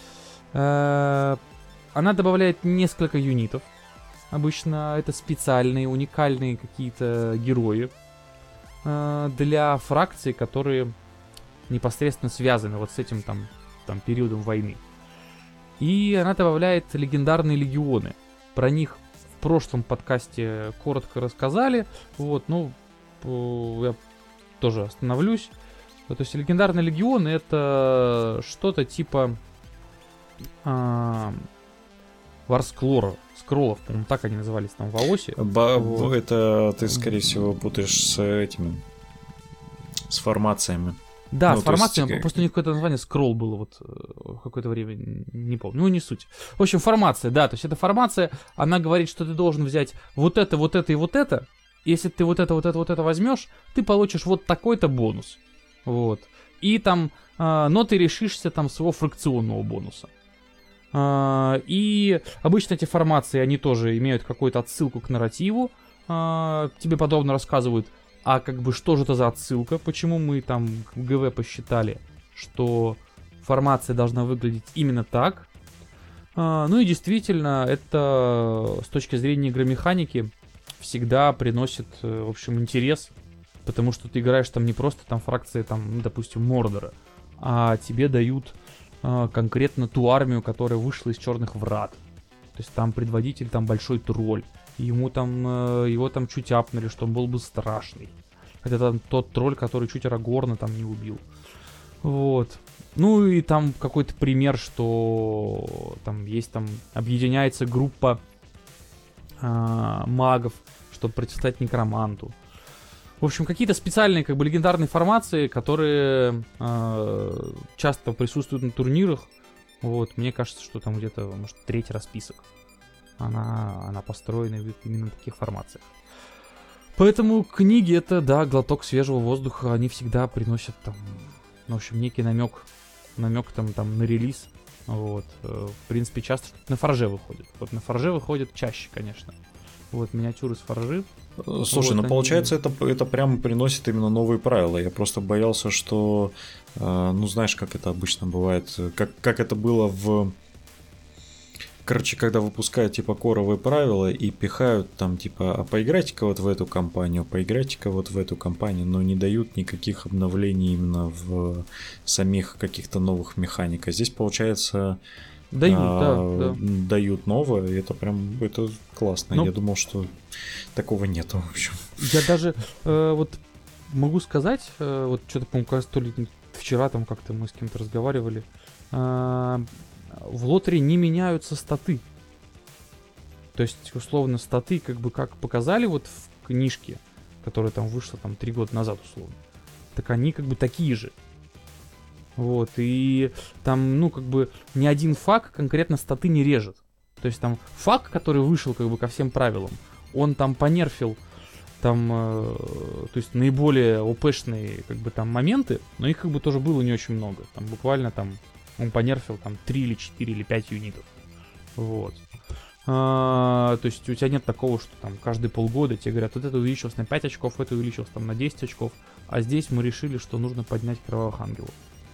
а, она добавляет несколько юнитов. Обычно это специальные, уникальные какие-то герои э, для фракций, которые непосредственно связаны вот с этим там, там периодом войны. И она добавляет легендарные легионы. Про них в прошлом подкасте коротко рассказали. Вот, ну, я тоже остановлюсь. То есть легендарные легионы — это что-то типа э, Варсклора. Скроллов, по-моему, так они назывались там в АОСе. Ба- вот. Это ты, скорее всего, путаешь с этими, с формациями. Да, ну, с формацией, есть... просто у них какое-то название скролл было вот какое-то время, не помню, ну не суть. В общем, формация, да, то есть эта формация, она говорит, что ты должен взять вот это, вот это и вот это. Если ты вот это, вот это, вот это возьмешь, ты получишь вот такой-то бонус. Вот. И там, э, но ты решишься там своего фракционного бонуса. Э, и обычно эти формации, они тоже имеют какую-то отсылку к нарративу. Э, тебе подробно рассказывают, а как бы что же это за отсылка, почему мы там в ГВ посчитали, что формация должна выглядеть именно так. Э, ну и действительно, это с точки зрения игромеханики всегда приносит, в общем, интерес, потому что ты играешь там не просто там фракции, там, ну, допустим, Мордора, а тебе дают э, конкретно ту армию, которая вышла из Черных Врат. То есть там предводитель, там большой тролль, ему там, э, его там чуть апнули, что он был бы страшный. Хотя там тот тролль, который чуть Арагорна там не убил. Вот. Ну и там какой-то пример, что там есть там, объединяется группа э, магов, чтобы противостоять некроманту. В общем, какие-то специальные, как бы, легендарные формации, которые э, часто присутствуют на турнирах. Вот, мне кажется, что там где-то, может, третий расписок. Она, она построена именно на таких формациях. Поэтому книги — это, да, глоток свежего воздуха. Они всегда приносят там, в общем, некий намек, намек там, там на релиз. Вот. В принципе, часто на Форже выходит. Вот на Форже выходит чаще, конечно. Вот, миниатюры с Форжи. Слушай, вот ну они... получается, это, это прям приносит именно новые правила. Я просто боялся, что, э, ну знаешь, как это обычно бывает, как, как это было в... Короче, когда выпускают типа коровые правила и пихают там типа, а поиграйте-ка вот в эту компанию, поиграйте-ка вот в эту компанию, но не дают никаких обновлений именно в самих каких-то новых механиках. Здесь получается... Дают, а, да, да. Дают новое, и это прям, это классно. Ну, я думал, что такого нету, в общем. Я даже э, вот могу сказать, э, вот что-то, по-моему, как раз то ли вчера там как-то мы с кем-то разговаривали, э, в лотере не меняются статы. То есть, условно, статы, как бы, как показали вот в книжке, которая там вышла там три года назад, условно, так они как бы такие же. Вот, и там, ну, как бы, ни один фак конкретно статы не режет. То есть там фак, который вышел, как бы, ко всем правилам, он там понерфил, там, э, то есть наиболее ОПшные, как бы, там моменты, но их, как бы, тоже было не очень много. Там буквально там он понерфил там три или четыре или пять юнитов. Вот. А, то есть у тебя нет такого, что там каждые полгода тебе говорят, вот это увеличилось на пять очков, это увеличилось там на десять очков, а здесь мы решили, что нужно поднять кровавых ангелов.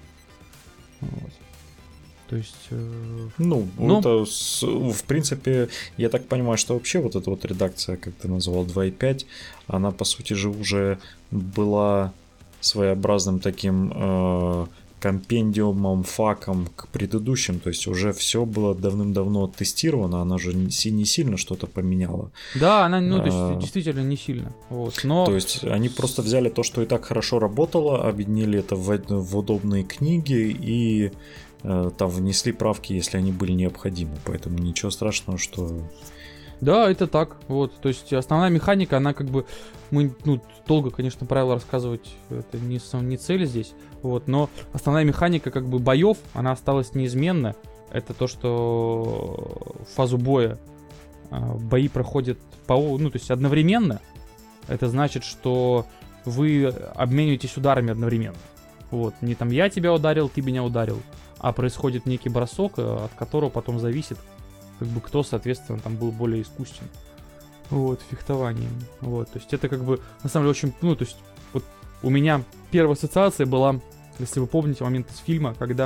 Вот. То есть... Э... Ну, Но... это, в принципе, я так понимаю, что вообще вот эта вот редакция, как ты назвал, два и пять, она, по сути же, уже была своеобразным таким э, компендиумом, факом к предыдущим, то есть уже все было давным-давно тестировано, она же не сильно что-то поменяла. Да, она, ну, то есть, а... действительно не сильно. Вот, но... То есть они просто взяли то, что и так хорошо работало, объединили это в, в удобные книги и э, там внесли правки, если они были необходимы. Поэтому ничего страшного, что... Да, это так. Вот, то есть основная механика, она как бы... Мы, ну, долго, конечно, правила рассказывать, это не, не цель здесь. Вот, но основная механика как бы боев, она осталась неизменна. Это то, что в фазу боя бои проходят по, ну, то есть одновременно. Это значит, что вы обмениваетесь ударами одновременно. Вот, не там я тебя ударил, ты меня ударил, а происходит некий бросок, от которого потом зависит, как бы, кто, соответственно, там был более искусен. Вот, фехтованием. Вот, то есть это как бы, на самом деле, очень, ну, то есть вот у меня первая ассоциация была, если вы помните момент из фильма, когда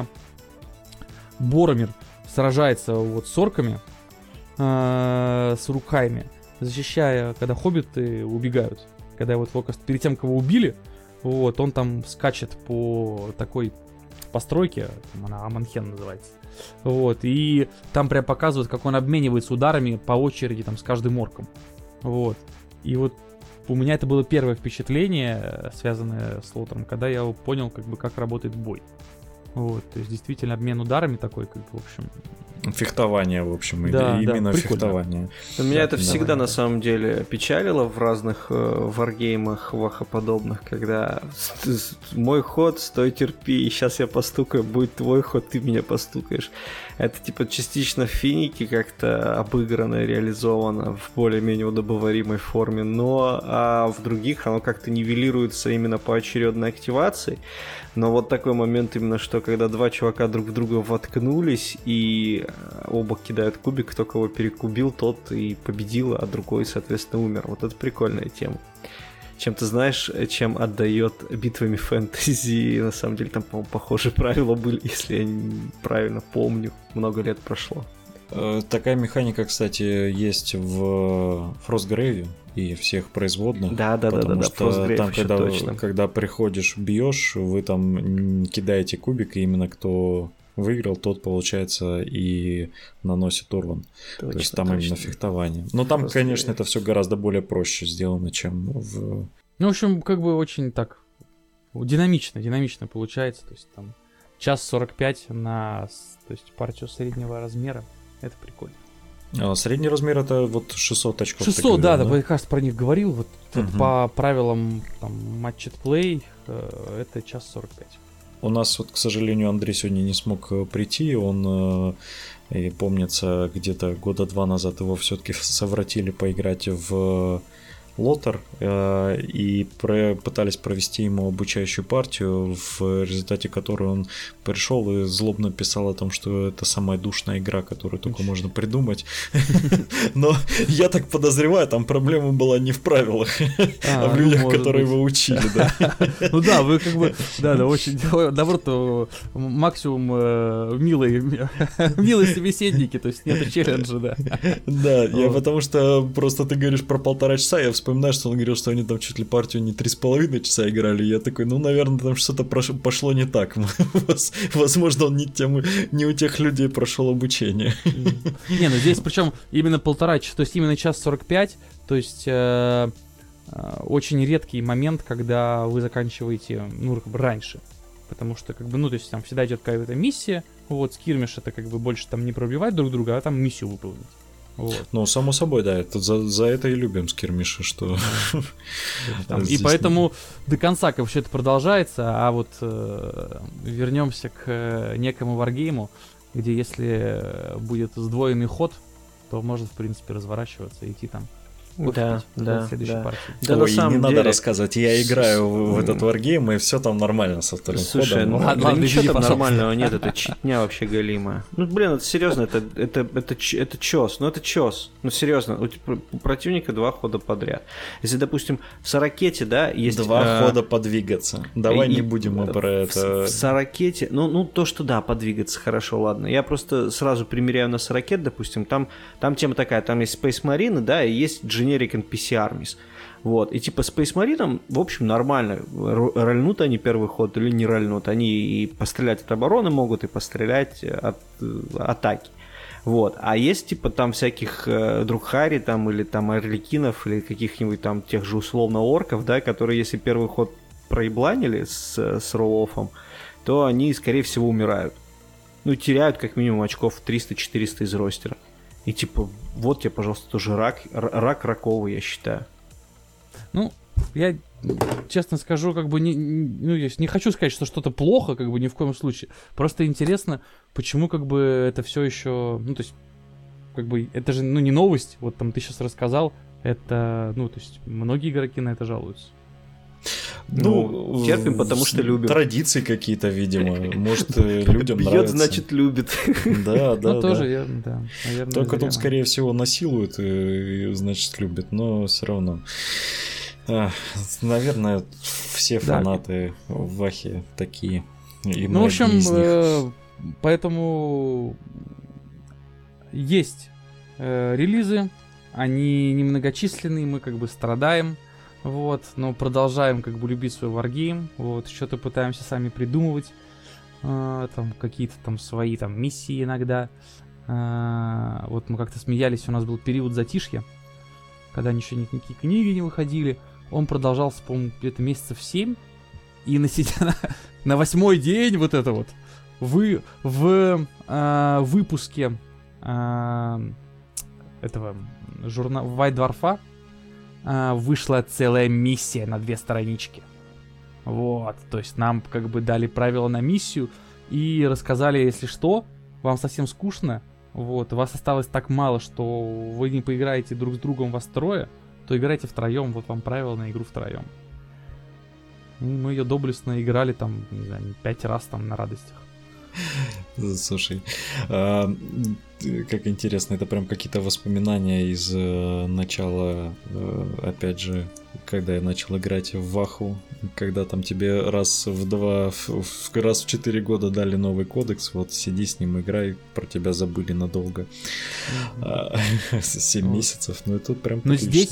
Боромир сражается вот с орками, э, с руками, защищая, когда хоббиты убегают. Когда вот его, перед тем, кого убили, вот, он там скачет по такой постройке, она Аманхен называется. Вот, и там прям показывают, как он обменивается ударами по очереди там с каждым орком. Вот. И вот у меня это было первое впечатление, связанное с лотером, когда я понял, как бы, как работает бой. Вот, то есть действительно обмен ударами такой, как в общем... Фехтование, в общем, да, именно да, фехтование. Меня да, это всегда давай. на самом деле печалило в разных э, варгеймах, вахоподобных, когда мой ход, стой, терпи, и сейчас я постукаю, будет твой ход, ты меня постукаешь. Это типа частично в финике как-то обыграно, реализовано в более-менее удобоваримой форме, но а в других оно как-то нивелируется именно по очередной активации. Но вот такой момент именно, что когда два чувака друг в друга воткнулись и оба кидают кубик, кто кого перекубил, тот и победил, а другой, соответственно, умер. Вот это прикольная тема. Чем ты знаешь, чем отдает битвами фэнтези, на самом деле там, по-моему, похожие правила были, если я правильно помню, много лет прошло. Такая механика, кстати, есть в Frostgrave и всех производных. Да, да, да, да, да. Что там, когда, когда приходишь, бьешь, вы там кидаете кубик, и именно кто выиграл, тот, получается, и наносит урон. Точно, то есть там точно. Именно фехтование. Но там, Frostgrave. Конечно, это все гораздо более проще сделано, чем в... Ну, в общем, как бы очень так динамично, динамично получается. То есть там час сорок пять на, то есть, партию среднего размера. Это прикольно. А средний размер это вот шестьсот очков. шестьсот, да, да, я, кажется, про них говорил. Вот угу. по правилам там матчет плей э, это час сорок пять. У нас вот, к сожалению, Андрей сегодня не смог прийти. Он, э, и помнится, где-то года два назад его все-таки совратили поиграть в Лотер э, и про- пытались провести ему обучающую партию, в результате которой он пришел и злобно писал о том, что это самая душная игра, которую только можно придумать. Но я так подозреваю, там проблема была не в правилах, а в людях, которые его учили. Ну да, вы как бы, да, да, очень, наоборот, максимум милые милые собеседники, то есть нет челленджа, да. Да, я потому что просто ты говоришь про полтора часа, я вспоминаю, что он говорил, что они там чуть ли партию не три с половиной часа играли, и я такой, ну, наверное, там что-то пошло не так. Возможно, он не, тем, не у тех людей прошел обучение. Не, ну здесь причем именно полтора часа, то есть именно час сорок пять, то есть э, э, очень редкий момент, когда вы заканчиваете, ну, как бы раньше. Потому что, как бы, ну, то есть там всегда идет какая-то миссия, вот, скирмиш это как бы больше там не пробивать друг друга, а там миссию выполнить. Вот. Ну, само собой, да, это, за, за это и любим скирмиши, что... Там, и поэтому до конца как все это продолжается, а вот э, вернемся к э, некому варгейму, где если будет сдвоенный ход, то можно, в принципе, разворачиваться и идти там. Да, да, следующей да. партии. Да, Ой, на самом не деле... надо рассказывать, я играю в, в этот варгейм, и все там нормально со вторым Слушай, ходом. ну ладно, да ладно, ничего извини, там пожалуйста. нормального нет, это читня вообще галимая. Ну, блин, это серьезно, это, это, это, ч- это чёс, ну это чёс. Ну, серьезно, у, тебя, у противника два хода подряд. Если, допустим, в сорокете, да, есть... Два э, хода подвигаться. Давай и, не будем мы про в, это... В сорокете, ну, ну, то, что да, подвигаться, хорошо, ладно. Я просто сразу примеряю на сорокет, допустим, там, там тема такая, там есть Space Marine, да, и есть Generic эн пи си Armies. Вот, и типа Space Marine, в общем, нормально. Рольнут они первый ход или не рольнут. Они и пострелять от обороны могут, и пострелять от э, атаки. Вот. А есть типа там всяких э, Друкхари там, или там Орликинов, или каких-нибудь там тех же условно орков, да, которые если первый ход проебланили с, с роллофом, то они, скорее всего, умирают. Ну, теряют как минимум очков триста-четыреста из ростера. И типа, вот тебе, пожалуйста, тоже рак, рак раковый, я считаю. Ну, я честно скажу, как бы не, ну, я не хочу сказать, что что-то плохо, как бы ни в коем случае. Просто интересно, почему как бы это все еще, ну, то есть, как бы, это же, ну, не новость, вот там ты сейчас рассказал, это, ну, то есть, многие игроки на это жалуются. Ну, ну терпим, потому что любим. Традиции какие-то, видимо. Может, людям Бьет, нравится. значит, любит. Да, да, ну, да. тоже, я, да, наверное. Только тут, скорее всего, насилуют и, значит, любят, но все равно. А, наверное, все фанаты да. Вахи такие. И ну, в общем, э, поэтому есть э, релизы, они немногочисленные, мы как бы страдаем. Вот, но продолжаем как бы любить свой варгейм, вот, что-то пытаемся сами придумывать, э, там, какие-то там свои там миссии иногда, э, вот мы как-то смеялись, у нас был период затишья, когда ничего, никакие книги не выходили, он продолжался, по-моему, где-то месяцев семь, и на, на, на восьмой день вот это вот, вы в э, выпуске э, этого журнала White Dwarf э, вышла целая миссия на две странички. Вот, то есть нам как бы дали правила на миссию и рассказали, если что, вам совсем скучно, вот, вас осталось так мало, что вы не поиграете друг с другом, вас трое, то играйте втроем, вот вам правила на игру втроем. И мы ее доблестно играли там, не знаю, пять раз там на радостях. Слушай, а, как интересно, это прям какие-то воспоминания из э, начала, э, опять же, когда я начал играть в Ваху, когда там тебе раз в два, в, в, раз в четыре года дали новый кодекс, вот сиди с ним, играй, про тебя забыли надолго. Семь месяцев, ну и тут прям Но здесь,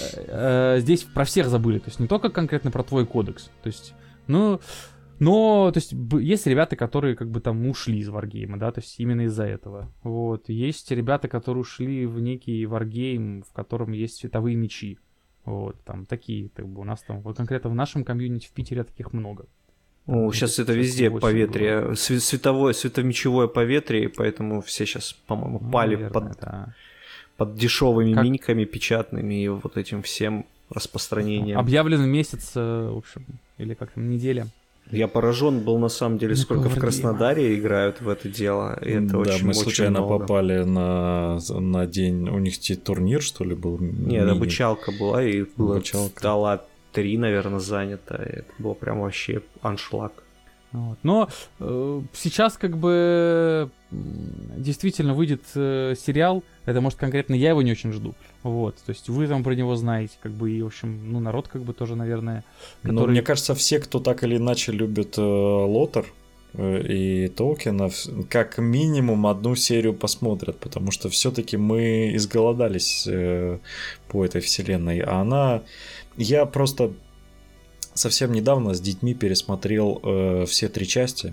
э, здесь про всех забыли, то есть не только конкретно про твой кодекс, то есть, ну... Но, то есть, есть ребята, которые как бы там ушли из варгейма, да, то есть именно из-за этого. Вот. Есть ребята, которые ушли в некий варгейм, в котором есть световые мечи. Вот, там такие, как бы у нас там, вот конкретно в нашем комьюнити в Питере таких много. О, там, сейчас это везде поветрие, световое, светомечевое поветрие, поэтому все сейчас, по-моему, ну, пали наверное, под, да. под дешевыми как... миньками печатными и вот этим всем распространением. Объявлен месяц, в общем, или как там, неделя. Я поражен был, на самом деле, сколько в Краснодаре играют в это дело. И это да, очень, мы очень случайно много. попали на, на день... У них турнир, что ли, был? Нет, мини. Обучалка была, и было стола три, наверное, занято. И это было прям вообще аншлаг. Вот. Но э, сейчас как бы действительно выйдет э, сериал. Это, может, конкретно я его не очень жду. Вот, то есть вы там про него знаете, как бы, и, в общем, ну, народ как бы тоже, наверное, который... Ну, мне кажется, все, кто так или иначе любит э, Лотер э, и Толкина, как минимум одну серию посмотрят, потому что все-таки мы изголодались э, по этой вселенной, а она... Я просто совсем недавно с детьми пересмотрел э, все три части,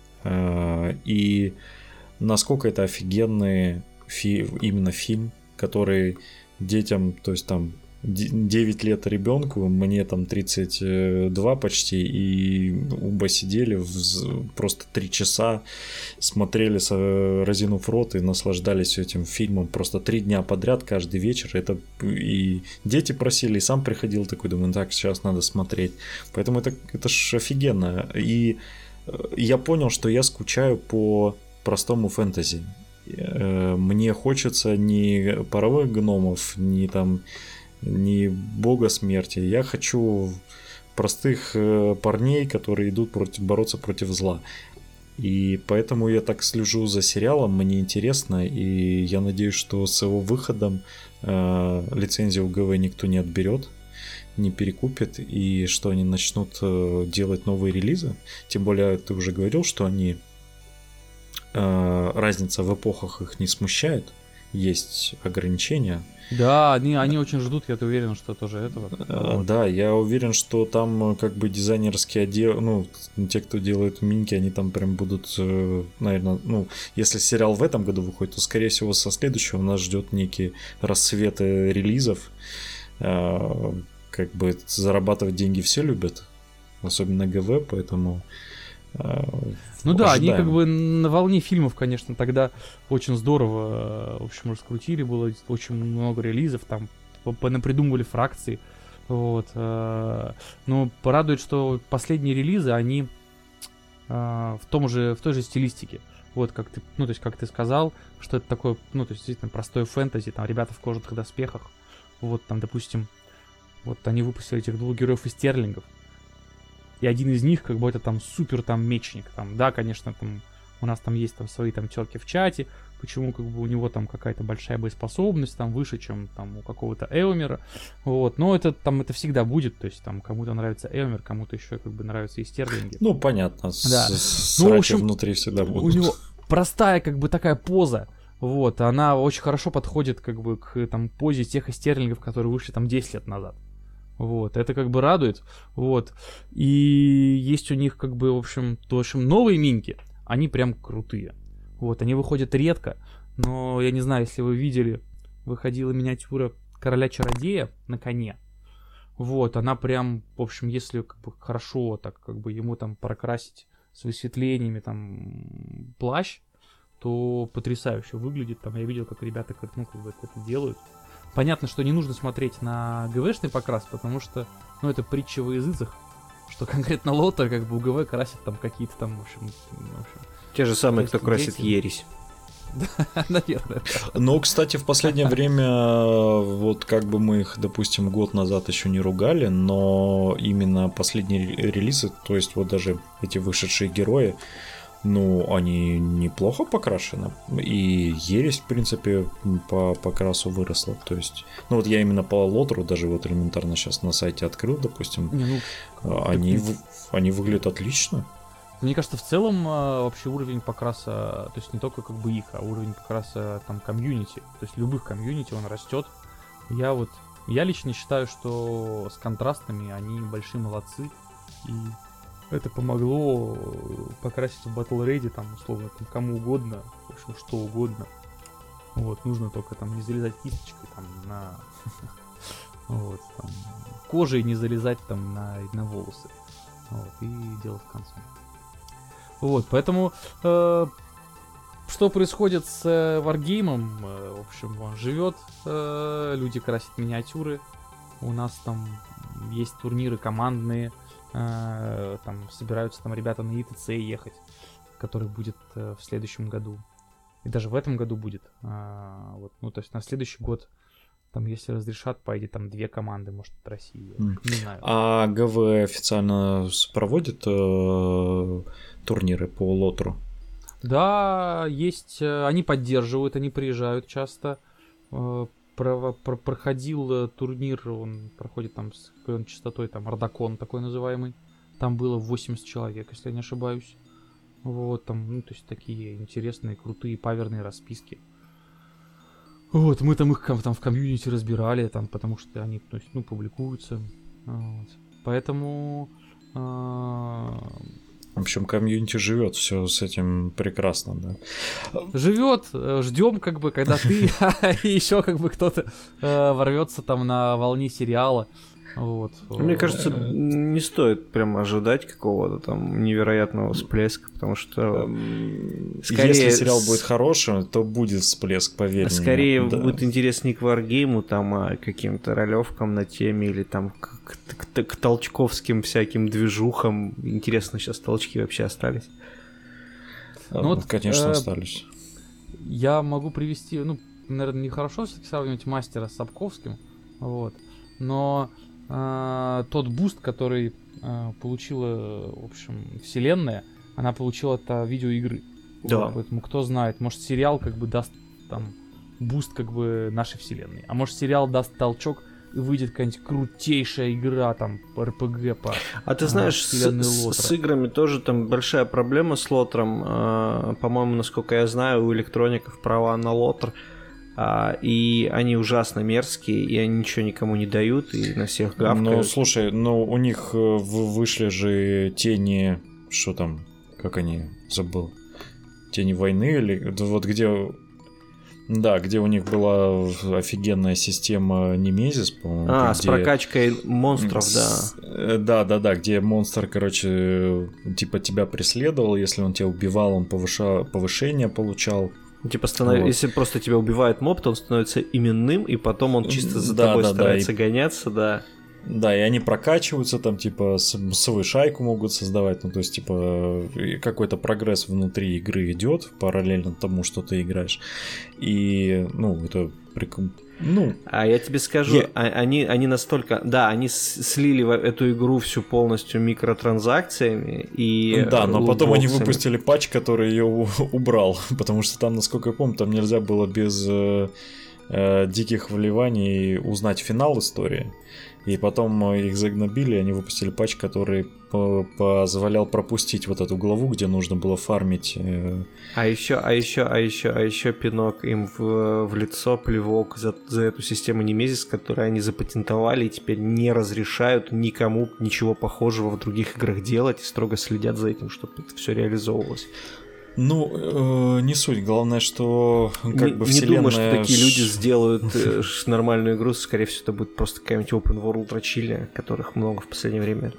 э, и насколько это офигенный фи... именно фильм, который... детям, то есть там девять лет ребенку, мне там тридцать два почти, и оба сидели в, просто три часа, смотрели, разинув рот, и наслаждались этим фильмом просто три дня подряд, каждый вечер. Это и дети просили, и сам приходил такой, думаю, так, сейчас надо смотреть. Поэтому это, это ж офигенно. И я понял, что я скучаю по простому фэнтези. Мне хочется не паровых гномов, не там, не бога смерти. Я хочу простых парней, которые идут против, бороться против зла. И поэтому я так слежу за сериалом, мне интересно, и я надеюсь, что с его выходом э, лицензию ГВ никто не отберет, не перекупит, и что они начнут э, делать новые релизы. Тем более, ты уже говорил, что они разница в эпохах их не смущает, есть ограничения. Да, они, они очень ждут, я уверен, что тоже этого. Вот. Да, я уверен, что там как бы дизайнерские отделы, ну, те, кто делает миньки, они там прям будут, наверное, ну, если сериал в этом году выходит, то, скорее всего, со следующего нас ждет некий рассвет релизов. Как бы зарабатывать деньги все любят, особенно ГВ, поэтому... Ну да, ожидаем. Они как бы на волне фильмов, конечно, тогда очень здорово, в общем, раскрутили, было очень много релизов, там понапридумывали фракции, вот. Но порадует, что последние релизы, они в том же, в той же стилистике. Вот как ты, ну то есть как ты сказал, что это такое, ну то есть действительно простое фэнтези, там ребята в кожаных доспехах, вот там, допустим, вот они выпустили этих двух героев из Стерлингов. И один из них, как бы, это там супер там мечник. Там, да, конечно, там у нас там есть там свои там терки в чате. Почему, как бы, у него там какая-то большая боеспособность, там выше, чем там у какого-то Эомера. Вот. Но это там это всегда будет. То есть там кому-то нравится Эомер, кому-то еще как бы нравятся и Стерлинги. Ну, понятно. Да. С- ну, срачи в общем, внутри всегда будут. У него простая, как бы, такая поза. Вот. Она очень хорошо подходит, как бы, к там позе тех Стерлингов, которые вышли там десять лет назад. Вот, это как бы радует, вот, и есть у них как бы, в общем, то, в общем, новые миньки, они прям крутые, вот, они выходят редко, но я не знаю, если вы видели, выходила миниатюра Короля-чародея на коне, вот, она прям, в общем, если как бы хорошо так как бы ему там прокрасить с высветлениями, там, плащ, то потрясающе выглядит. Там я видел, как ребята как, ну, как бы это делают. Понятно, что не нужно смотреть на ГВшный покрас, потому что, ну, это притча во языцах, что конкретно Лотер, как бы, у ГВ красит там какие-то там, в общем... В общем те же самые, кто красит ересь. Да, наверное. Ну, кстати, в последнее время, вот как бы мы их, допустим, год назад еще не ругали, но именно последние релизы, то есть вот даже эти вышедшие герои, ну, они неплохо покрашены. И ересь, в принципе, по покрасу выросла. То есть, ну вот я именно по Лотеру даже вот элементарно сейчас на сайте открыл, допустим, не, ну, они, в, они выглядят отлично. Мне кажется, в целом вообще уровень покраса, то есть не только как бы их, а уровень покраса там комьюнити, то есть любых комьюнити, он растет. Я вот, я лично считаю, что с контрастами они большие молодцы, и это помогло покрасить в Battle Raid, там, условно, там, кому угодно, в общем, что угодно. Вот, нужно только там не залезать кисточкой там на вот, там, кожей не залезать там на, на волосы. Вот, и делать в конце. Вот, поэтому э, что происходит с э, Wargame? Э, в общем, он живет, э, люди красят миниатюры. У нас там есть турниры командные, э, там собираются там ребята на и тэ цэ ехать, который будет э, в следующем году. И даже в этом году будет. Э, вот, ну, то есть на следующий год, там, если разрешат, поедет там две команды, может, от России. Mm. Не знаю. А ГВ официально проводит э, турниры по Лотеру? Да, есть. Они поддерживают, они приезжают часто. Э, про, про, проходил турнир, он проходит там с какой-то частотой, там, Ардакон такой называемый. Там было восемьдесят человек, если я не ошибаюсь. Вот, там, ну, то есть такие интересные, крутые, паверные расписки. Вот, мы там их там в комьюнити разбирали, там, потому что они, то есть, ну, публикуются. Вот. Поэтому... Э- В общем, комьюнити живет, все с этим прекрасно, да. Живет, ждем, как бы, когда ты и еще как бы кто-то ворвется там на волне сериала. Вот. Мне кажется, не стоит прям ожидать какого-то там невероятного всплеска, потому что скорее, если сериал будет хорошим, то будет всплеск, поверь мне. Скорее да. будет интерес не к Wargame, там, а каким-то ролевкам на теме или там к, к, к, к толчковским всяким движухам. Интересно, сейчас толчки вообще остались. Ну, вот, конечно, э, остались. Я могу привести, ну, наверное, нехорошо все-таки сравнивать мастера с Сапковским, вот, но э, тот буст, который э, получила, в общем, вселенная, она получила это видеоигры. Да. Вот, поэтому кто знает, может сериал как бы даст там буст как бы нашей вселенной, а может сериал даст толчок и выйдет какая-нибудь крутейшая игра, там, эр пи джи по А ты знаешь, с, с, с играми тоже там большая проблема с Лотером. А, по-моему, насколько я знаю, у электроников права на Лотер. А, и они ужасно мерзкие, и они ничего никому не дают, и на всех гавкают. Ну, слушай, ну у них вышли же тени... Что там? Как они? Забыл. Тени войны или... Вот где... Да, где у них была офигенная система Немезис, по-моему. А, где... с прокачкой монстров, с... да. Да, да, да, где монстр, короче, типа тебя преследовал, если он тебя убивал, он повыша... повышение получал. Типа, станов... вот. Если просто тебя убивает моб, то он становится именным, и потом он чисто за да, тобой да, старается да, и... гоняться, да. Да, и они прокачиваются, там, типа, свою шайку могут создавать, ну, то есть, типа, какой-то прогресс внутри игры идет, параллельно тому, что ты играешь. И, ну, это прикольно. Ну, а я тебе скажу, я... они, они настолько... Да, они слили эту игру всю полностью микротранзакциями и... Да, но потом они выпустили патч, который ее убрал, потому что там, насколько я помню, там нельзя было без э, э, диких вливаний узнать финал истории. И потом их загнобили, они выпустили патч, который позволял пропустить вот эту главу, где нужно было фармить. А еще, а еще, а еще, а еще пинок им в, в лицо, плевок за, за эту систему Немезис, которую они запатентовали и теперь не разрешают никому ничего похожего в других играх делать и строго следят за этим, чтобы это все реализовывалось. Ну, э, не суть. Главное, что как не, бы не вселенная... думаю, что такие люди сделают э, нормальную игру. Скорее всего, это будет просто какая-нибудь open world дрочильня, которых много в последнее время.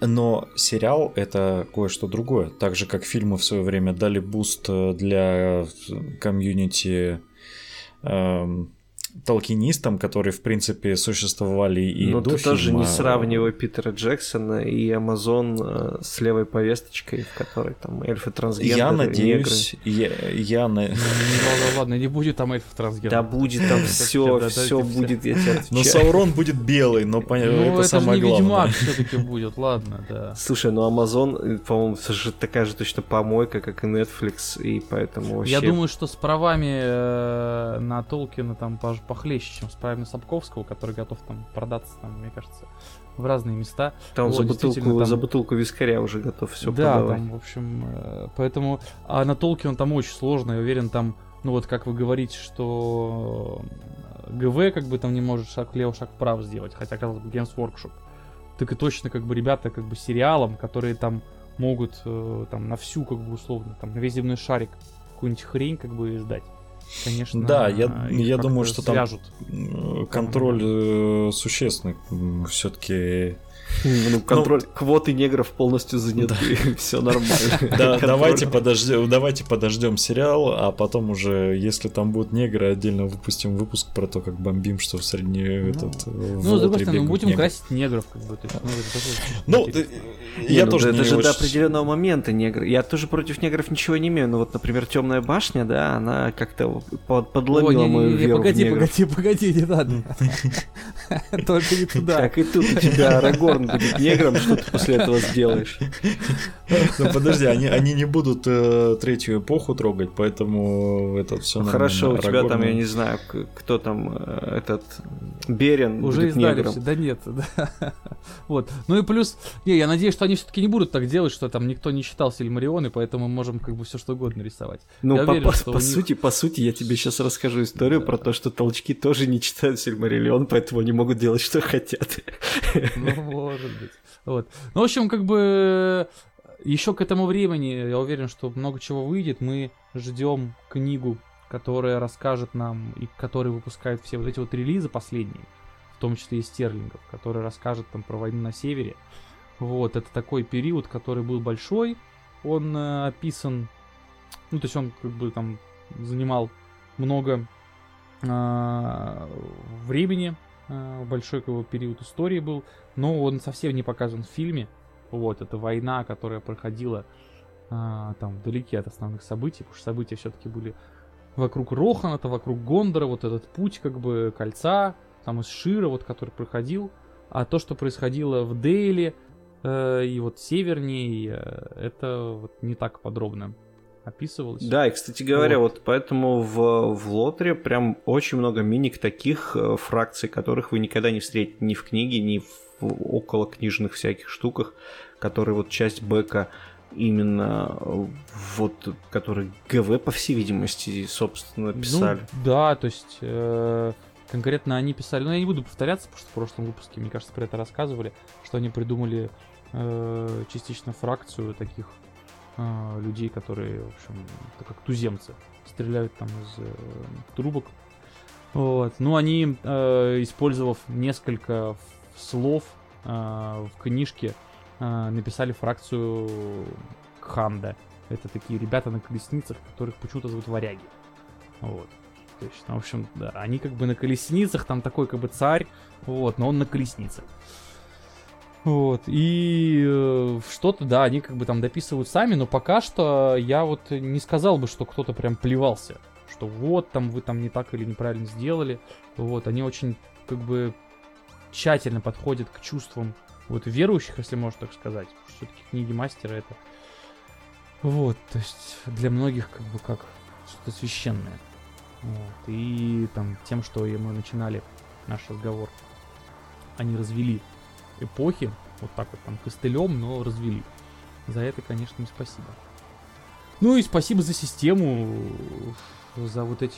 Но сериал — это кое-что другое. Так же, как фильмы в свое время дали буст для комьюнити эм, толкинистам, которые, в принципе, существовали и Но до ты фильма. тоже не сравнивай Питера Джексона и Амазон э, с левой повесточкой, в которой там эльфы, трансгендеры, Я надеюсь, я, я на... Ну, ладно, ладно, не будет там эльфов трансгендеров. Да будет там все, все будет, я тебе отвечаю. Но Саурон будет белый, но понятно, Ну, это самое же не главное. Ведьмак все-таки будет, ладно, да. Слушай, ну Амазон, по-моему, такая же точно помойка, как и Netflix, и поэтому вообще... Я думаю, что с правами э, на Толкина там пож- похлеще, чем с правами Сапковского, который готов там продаться, там, мне кажется, в разные места. Там, Вот, за, бутылку, там... за бутылку вискаря уже готов все да, продавать. там, в общем, э, поэтому... А на Толкина там очень сложно, я уверен, там, ну вот как вы говорите, что ГВ как бы там не может шаг влево, шаг вправо сделать, хотя, казалось бы, Games Workshop. Так и точно, как бы, ребята, как бы, сериалом, которые там могут, э, там, на всю, как бы, условно, там, на весь земной шарик какую-нибудь хрень, как бы, издать. Конечно, да, я, я думаю, что свяжут. Там контроль э, существенный. Все-таки. Ну, контроль ну, квоты негров полностью заняты, да. Все нормально. Да, давайте подождем, давайте подождем сериал, а потом уже, если там будут негры, отдельно выпустим выпуск про то, как бомбим, что в средней этот. Ну, с другой стороны, будем красить негров, как бы. Ну, я тоже это же до определенного момента негры. Я тоже против негров ничего не имею. Но вот, например, Темная башня, да, она как-то подломила мою веру. Погоди, погоди, погоди, не надо. Только не туда. Так и тут у тебя Арагорн будет негром, что ты после этого сделаешь? Ну подожди, они, они не будут э, третью эпоху трогать, поэтому это все ну, хорошо, у тебя там, я не знаю, кто там, э, этот Берен уже будет издали негром. Все, да нет, да. Вот. Ну и плюс, не, я надеюсь, что они все-таки не будут так делать, что там никто не читал Сильмарион, и поэтому мы можем как бы все что угодно рисовать. Ну, я по, уверен, по, по них... сути, по сути, я тебе сейчас расскажу историю про то, что толчки тоже не читают Сильмариллион, поэтому они могут делать, что хотят. Ну, может быть. Вот. Ну, в общем, как бы еще к этому времени, я уверен, что много чего выйдет. Мы ждем книгу, которая расскажет нам, и которая выпускает все вот эти вот релизы последние, в том числе и Стерлингов, который расскажет там про войну на севере. Вот, это такой период, который был большой. Он э, описан, ну, то есть он как бы там занимал много э, времени, э, большой как бы, период истории был, но он совсем не показан в фильме. Вот, это война, которая проходила э, там вдалеке от основных событий, потому что события все-таки были вокруг Роханата, вокруг Гондора, вот этот путь как бы кольца, там из Шира, вот, который проходил. А то, что происходило в Дейле э, и вот севернее, э, это вот не так подробно описывалось. Да, и, кстати говоря, вот, вот поэтому в, в Лотре прям очень много миник таких э, фракций, которых вы никогда не встретите ни в книге, ни в около книжных всяких штуках, которые вот часть бэка именно вот, который ГВ, по всей видимости, собственно, писали. Ну, да, то есть э, конкретно они писали, ну я не буду повторяться, потому что в прошлом выпуске, мне кажется, про это рассказывали, что они придумали э, частично фракцию таких э, людей, которые, в общем, как туземцы, стреляют там из э, трубок. Вот. Ну, они, э, использовав несколько слов э, в книжке, э, написали фракцию Кханда. Это такие ребята на колесницах, которых почему-то зовут варяги. Вот. То есть, ну, в общем, да, они как бы на колесницах, там такой как бы царь, вот, но он на колесницах. Вот, и э, что-то, да, они как бы там дописывают сами, но пока что я вот не сказал бы, что кто-то прям плевался, что вот там вы там не так или неправильно сделали. Вот, они очень как бы тщательно подходят к чувствам вот верующих, если можно так сказать. Все-таки книги мастера это вот, то есть для многих как бы как что-то священное. Вот, и там тем, что мы начинали наш разговор, они развели эпохи, вот так вот там костылем, но развели. За это, конечно, им спасибо. Ну и спасибо за систему, за вот эти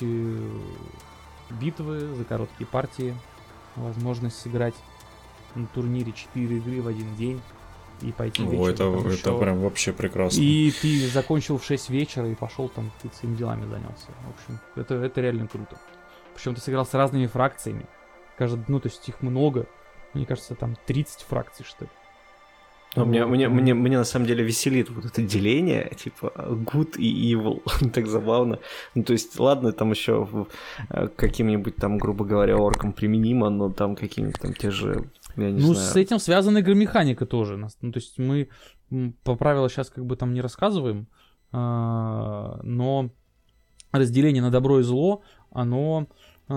битвы, за короткие партии, возможность сыграть на турнире четыре игры в один день и пойти вечером. О, это, это еще... прям вообще прекрасно. И ты закончил в шесть вечера и пошел там своими делами занялся. В общем, это, это реально круто. Причем ты сыграл с разными фракциями. Кажется, ну, то есть их много. Мне кажется, там тридцать фракций, что ли. Но мне, мне, мне, мне на самом деле веселит вот это деление, типа good и evil, так забавно. Ну, то есть, ладно, там еще каким-нибудь там, грубо говоря, оркам применимо, но там какие-нибудь там те же, я не ну, знаю. с этим связана игромеханика тоже. Ну, то есть мы по правилам сейчас как бы там не рассказываем, но разделение на добро и зло, оно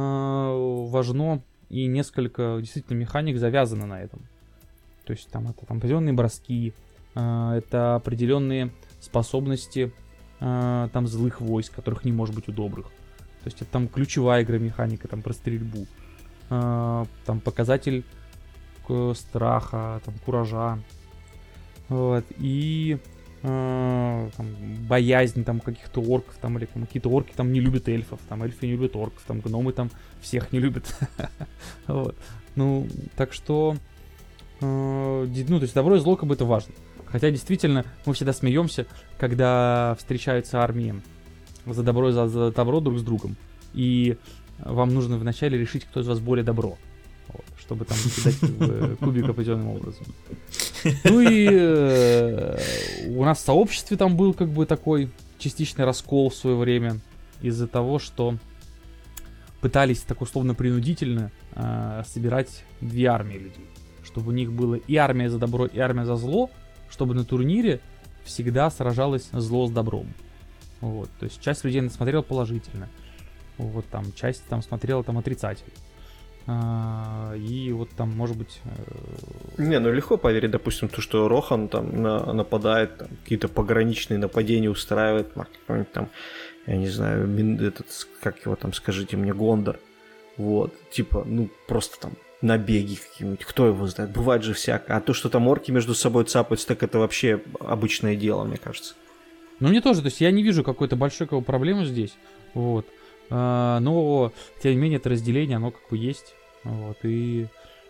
важно, и несколько действительно механик завязано на этом. То есть там это там, определенные броски, э, это определенные способности э, там злых войск, которых не может быть у добрых. То есть это там ключевая игромеханика там про стрельбу, э, там показатель к, страха, там куража, вот, и э, там, боязнь там каких-то орков, там или там, какие-то орки там не любят эльфов, там эльфы не любят орков, там гномы там всех не любят. Вот. Ну так что ну, то есть добро и зло как бы это важно. Хотя действительно мы всегда смеемся, когда встречаются армии за добро и за, за добро друг с другом. И вам нужно вначале решить, кто из вас более добро. Вот, чтобы там кидать кубик определенным образом. Ну и э, у нас в сообществе там был как бы такой частичный раскол в свое время из-за того, что пытались так условно-принудительно э, собирать две армии людей. Чтобы у них было и армия за добро, и армия за зло, чтобы на турнире всегда сражалось зло с добром. Вот, то есть часть людей смотрела положительно, вот там часть там смотрела там отрицательно. А, и вот там, может быть... Э... Не, ну легко поверить, допустим, то, что Рохан там на, нападает, там, какие-то пограничные нападения устраивает, какой-нибудь там, я не знаю, этот, как его там, скажите мне, Гондор. Вот, типа, ну просто там набеги какие-нибудь, кто его знает, бывает же всякое. А то, что там орки между собой цапаются, так это вообще обычное дело, мне кажется. Ну, мне тоже, то есть я не вижу какой-то большой какой проблемы здесь, вот. А, но, тем не менее, это разделение, оно как бы есть, вот, и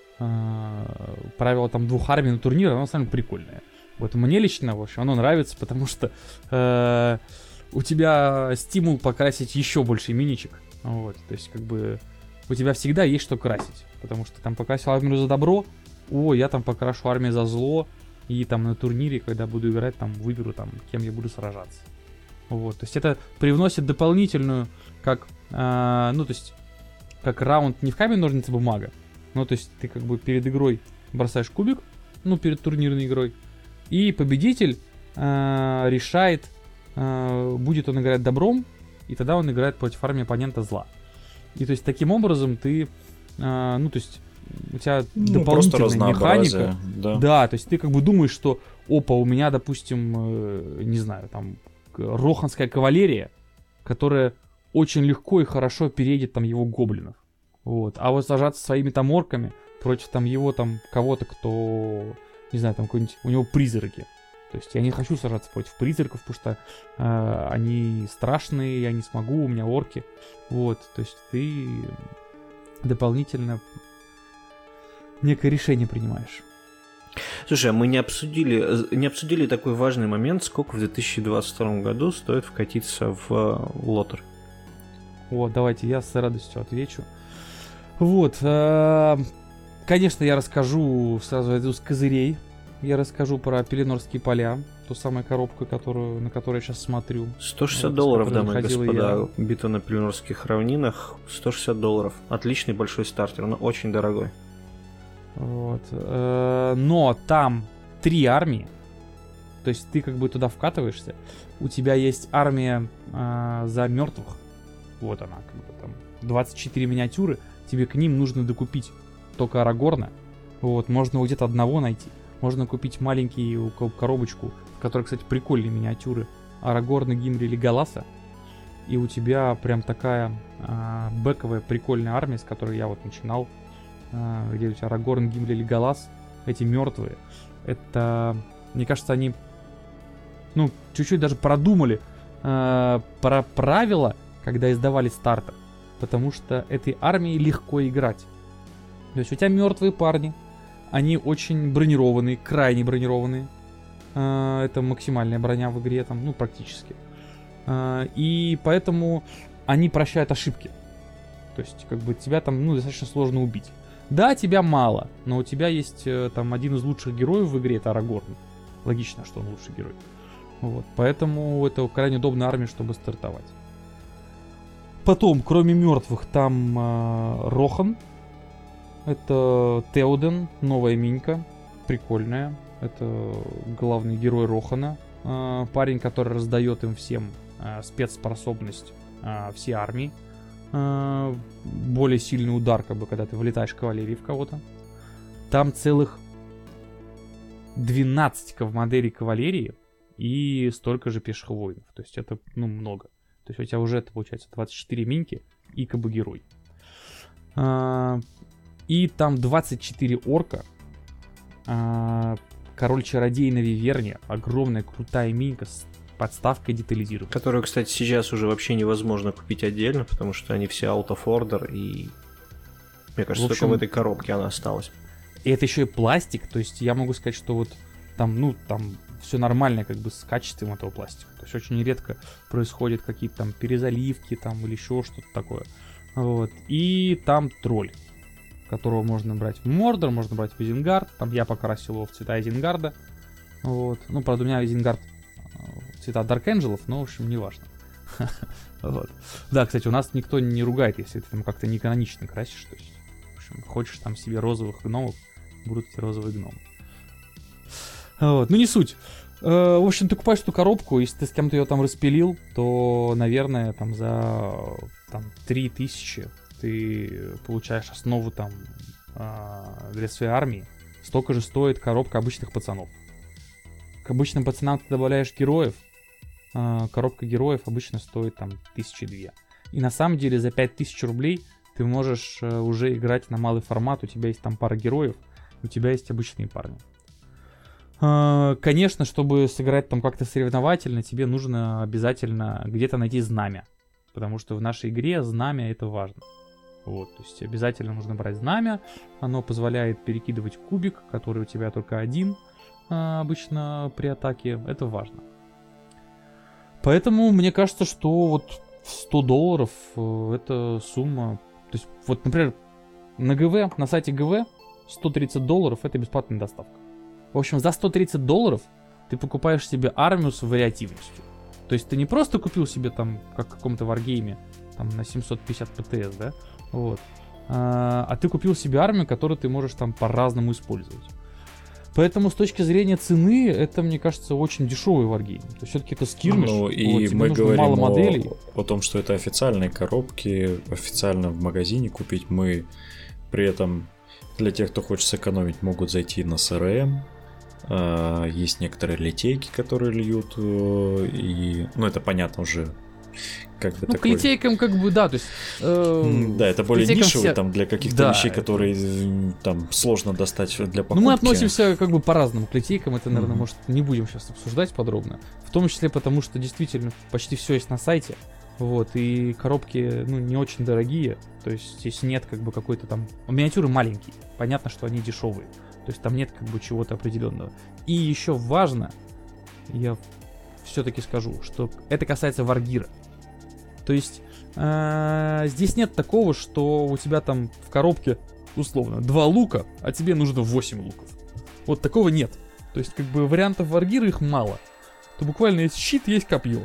а, правило там двух армий на турнире, оно, на самом деле, прикольное. Вот мне лично, в общем, оно нравится, потому что а, у тебя стимул покрасить еще больше миничек, вот, то есть, как бы, у тебя всегда есть что красить. Потому что там покрасил армию за добро, о, я там покрашу армию за зло, и там на турнире, когда буду играть, там выберу, там, кем я буду сражаться. Вот, то есть это привносит дополнительную, как, э, ну, то есть, как раунд не в камень, ножницы, бумага, ну, то есть ты как бы перед игрой бросаешь кубик, ну, перед турнирной игрой, и победитель э, решает, э, будет он играть добром, и тогда он играет против армии оппонента зла. И то есть таким образом ты, э, ну то есть у тебя ну, дополнительная механика. Да. да, то есть ты как бы думаешь, что опа, у меня, допустим, э, не знаю, там роханская кавалерия, которая очень легко и хорошо переедет там его гоблинов. Вот. А вот сажаться своими там орками против там его там кого-то, кто, не знаю, там какой-нибудь, у него призраки. То есть я не хочу сражаться против призраков, потому что э, они страшные, я не смогу, у меня орки. Вот, то есть ты дополнительно некое решение принимаешь. Слушай, а мы не обсудили, не обсудили такой важный момент, сколько в две тысячи двадцать втором году стоит вкатиться в лотер. Вот, давайте я с радостью отвечу. Вот, э, конечно, я расскажу, сразу иду с козырей. Я расскажу про Пеленорские поля, ту самую коробку, которую, на которую я сейчас смотрю. сто шестьдесят вот, долларов, дамы и господа, я. Битва на Пеленорских равнинах, сто шестьдесят долларов. Отличный большой стартер, но очень дорогой. Вот. Но там три армии, то есть ты как бы туда вкатываешься, у тебя есть армия э, за мертвых, вот она, как бы там двадцать четыре миниатюры, тебе к ним нужно докупить только Арагорна, вот, можно его где-то одного найти. Можно купить маленькую коробочку, в которой, кстати, прикольные миниатюры Арагорна, Гимли или Галаса. И у тебя прям такая а, бэковая прикольная армия, с которой я вот начинал. А, где у тебя Арагорн, Гимли или Галас. Эти мертвые. Это, мне кажется, они, ну, чуть-чуть даже продумали а, про правила, когда издавали стартер. Потому что этой армией легко играть. То есть у тебя мертвые парни. Они очень бронированные, крайне бронированные. Это максимальная броня в игре, там, ну, практически. И поэтому они прощают ошибки. То есть, как бы, тебя там, ну, достаточно сложно убить. Да, тебя мало, но у тебя есть там один из лучших героев в игре, это Арагорн. Логично, что он лучший герой. Вот. Поэтому это крайне удобная армия, чтобы стартовать. Потом, кроме мертвых, там э, Рохан. Это Теоден, новая минька. Прикольная. Это главный герой Рохана. Э, парень, который раздает им всем э, спецспособность э, всей армии. Э, более сильный удар, как бы, когда ты влетаешь кавалерией в кого-то. Там целых двенадцать моделей кавалерии и столько же пеших воинов. То есть это, ну, много. То есть у тебя уже это получается двадцать четыре миньки и как бы герой. А, и там двадцать четыре орка. А, король-чародей на Виверне. Огромная крутая минька с подставкой детализированной. Которую, кстати, сейчас уже вообще невозможно купить отдельно, потому что они все out of order. И мне кажется, в общем, только в этой коробке она осталась. И это еще и пластик. То есть я могу сказать, что вот там, ну, там... все нормально как бы с качеством этого пластика. То есть очень редко происходят какие-то там перезаливки там или еще что-то такое. Вот. И там тролль, которого можно брать в Мордор, можно брать в Изенгард. Там я покрасил его в цвета Изенгарда. Вот. Ну, правда, у меня Изенгард в цвета Дарк Энджелов, но, в общем, не важно. Вот. Да, кстати, у нас никто не ругает, если ты там как-то не канонично красишь. То есть, в общем, хочешь там себе розовых гномов, будут эти розовые гномы. Вот, ну не суть. Э, в общем, ты покупаешь эту коробку, если ты с кем-то ее там распилил, то, наверное, там за там, три тысячи ты получаешь основу там э, для своей армии. Столько же стоит коробка обычных пацанов. К обычным пацанам ты добавляешь героев. Э, коробка героев обычно стоит там тысячи две. И на самом деле за пять тысяч рублей ты можешь э, уже играть на малый формат. У тебя есть там пара героев, у тебя есть обычные парни. Конечно, чтобы сыграть там как-то соревновательно, тебе нужно обязательно где-то найти знамя. Потому что в нашей игре знамя — это важно. Вот, то есть обязательно нужно брать знамя. Оно позволяет перекидывать кубик, который у тебя только один обычно при атаке. Это важно. Поэтому мне кажется, что вот сто долларов это сумма. То есть вот, например, на ГВ, на сайте ГВ сто тридцать долларов это бесплатная доставка. В общем, за сто тридцать долларов ты покупаешь себе армию с вариативностью. То есть ты не просто купил себе там, как в каком-то варгейме, там на семьсот пятьдесят ПТС, да? Вот. А, а ты купил себе армию, которую ты можешь там по-разному использовать. Поэтому с точки зрения цены, это, мне кажется, очень дешевый варгейм. То есть все-таки это скирмиш. Ну, и вот, мы говорим мало о, моделей. о том, что это официальные коробки, официально в магазине купить. Мы при этом, для тех, кто хочет сэкономить, могут зайти на эс эр эм. Есть некоторые литейки, которые льют, и, ну, это понятно уже, как бы ну, такой... к литейкам как бы, да, то есть... Э, да, это более нишевый, вся... там, для каких-то да, вещей, это... которые там сложно достать для покупки. Ну, мы относимся как бы по-разному к литейкам, это, наверное, mm-hmm. может, не будем сейчас обсуждать подробно. В том числе потому, что действительно почти все есть на сайте, вот, и коробки, ну, не очень дорогие, то есть здесь нет как бы какой-то там... Миниатюры маленькие, понятно, что они дешевые. То есть там нет как бы чего-то определенного. И еще важно, я все-таки скажу, что это касается варгира. То есть э, здесь нет такого, что у тебя там в коробке условно два лука, а тебе нужно восемь луков. Вот такого нет. То есть как бы вариантов варгира их мало. То буквально есть щит, есть копье.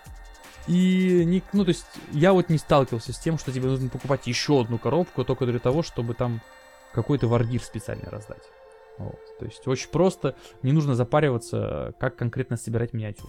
И не, ну то есть я вот не сталкивался с тем, что тебе нужно покупать еще одну коробку только для того, чтобы там какой-то варгир специально раздать. Вот. То есть очень просто, не нужно запариваться, как конкретно собирать миниатюру.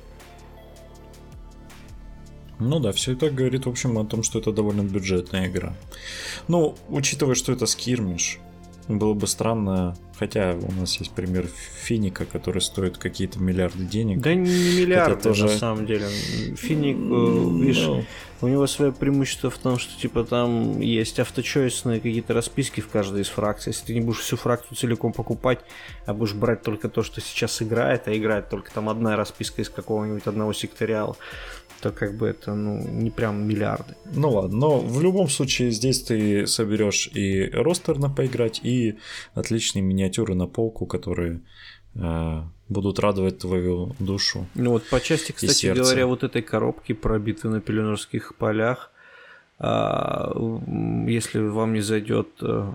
Ну да, все это говорит, в общем, о том, что это довольно бюджетная игра. Ну, учитывая, что это скирмиш, было бы странно, хотя у нас есть пример Финика, который стоит какие-то миллиарды денег. Да не миллиарды, тоже... на самом деле. Финик, ну... видишь, у него свое преимущество в том, что типа там есть авточойсные какие-то расписки в каждой из фракций. Если ты не будешь всю фракцию целиком покупать, а будешь брать только то, что сейчас играет, а играет только там одна расписка из какого-нибудь одного секториала, то как бы это, ну, не прям миллиарды. Ну ладно, но в любом случае здесь ты соберешь и ростерно поиграть, и отличные миниатюры на полку, которые э, будут радовать твою душу. Ну вот по части, кстати говоря, вот этой коробки про битвы на Пеленорских полях, э, если вам не зайдет э,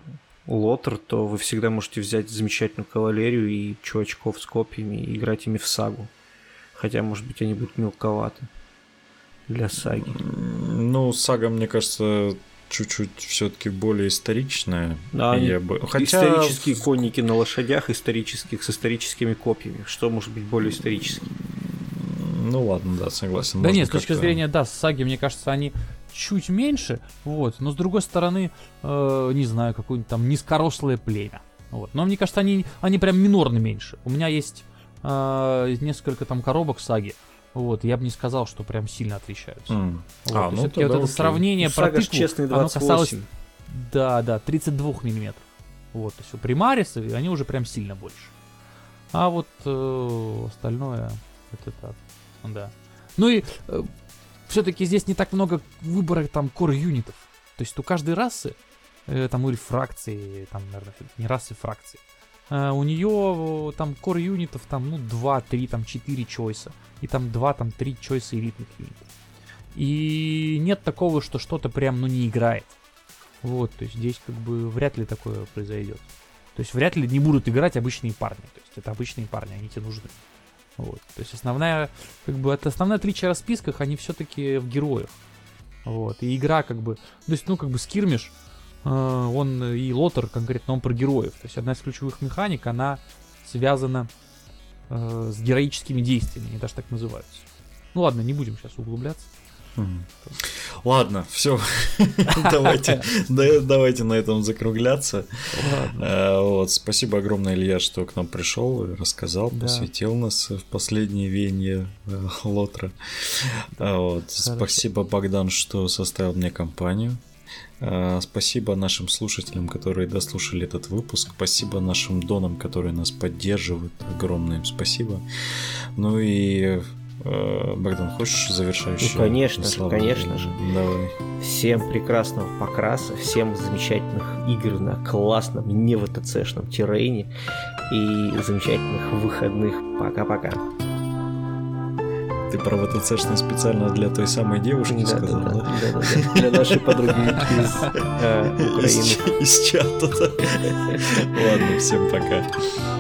Лотер, то вы всегда можете взять замечательную кавалерию и чувачков с копьями и играть ими в сагу. Хотя, может быть, они будут мелковаты для саги. Ну, сага, мне кажется, чуть-чуть все-таки более историчная. Да, я бы... Хотя... Исторические конники на лошадях, исторических с историческими копьями. Что может быть более историческим? Ну ладно, да, согласен. Да Можно нет, с точки как-то... зрения, да, саги, мне кажется, они чуть меньше, вот, но с другой стороны, э, не знаю, какое-нибудь там низкорослое племя. Вот. Но мне кажется, они, они прям минорно меньше. У меня есть э, несколько там коробок саги. Вот, я бы не сказал, что прям сильно отличаются. Mm. Вот, А, ну все-таки вот это окей. сравнение Ну, про сага ж тыкву, честный оно двадцать касалось, восемь. да, да, тридцать два миллиметра. Вот, то есть у примарисы они уже прям сильно больше. А вот э, остальное, это так, да. Ну и э, все-таки здесь не так много выбора там кор-юнитов. То есть у каждой расы, э, там или фракции, там, наверное, не расы, фракции, э, у нее там кор-юнитов там, ну, два, три, там, четыре чойса. И там два, там, три чойса элитных юнитов. И нет такого, что что-то прям, ну, не играет. Вот, то есть здесь как бы вряд ли такое произойдет. То есть вряд ли не будут играть обычные парни. То есть это обычные парни, они тебе нужны. Вот. То есть основная, как бы, это основное отличие в расписках, они все-таки в героях. Вот. И игра, как бы, то есть, ну, как бы, скирмиш, э, он и лотер конкретно, он про героев. То есть одна из ключевых механик, она связана э, с героическими действиями, они даже так называются. Ну ладно, не будем сейчас углубляться. Ладно, все, давайте, давайте на этом закругляться. Вот, спасибо огромное, Илья, что к нам пришел, рассказал, да. посвятил нас в последние веяния Лотера. Вот, спасибо, Богдан, что составил мне компанию. Спасибо нашим слушателям, которые дослушали этот выпуск. Спасибо нашим донам, которые нас поддерживают. Огромное им спасибо. Ну и Богдан, хочешь завершающие ну, конечно слова? же, конечно же. Давай. Всем прекрасного покраса, всем замечательных игр на классном, не вэ тэ цэ-шном террейне и замечательных выходных. Пока-пока. Ты про вэ тэ цэ-шный специально для той самой девушки да, сказал, да? Да, да, да, да. Для нашей подруги из э, Украины. Из чата, да. Ладно, всем пока.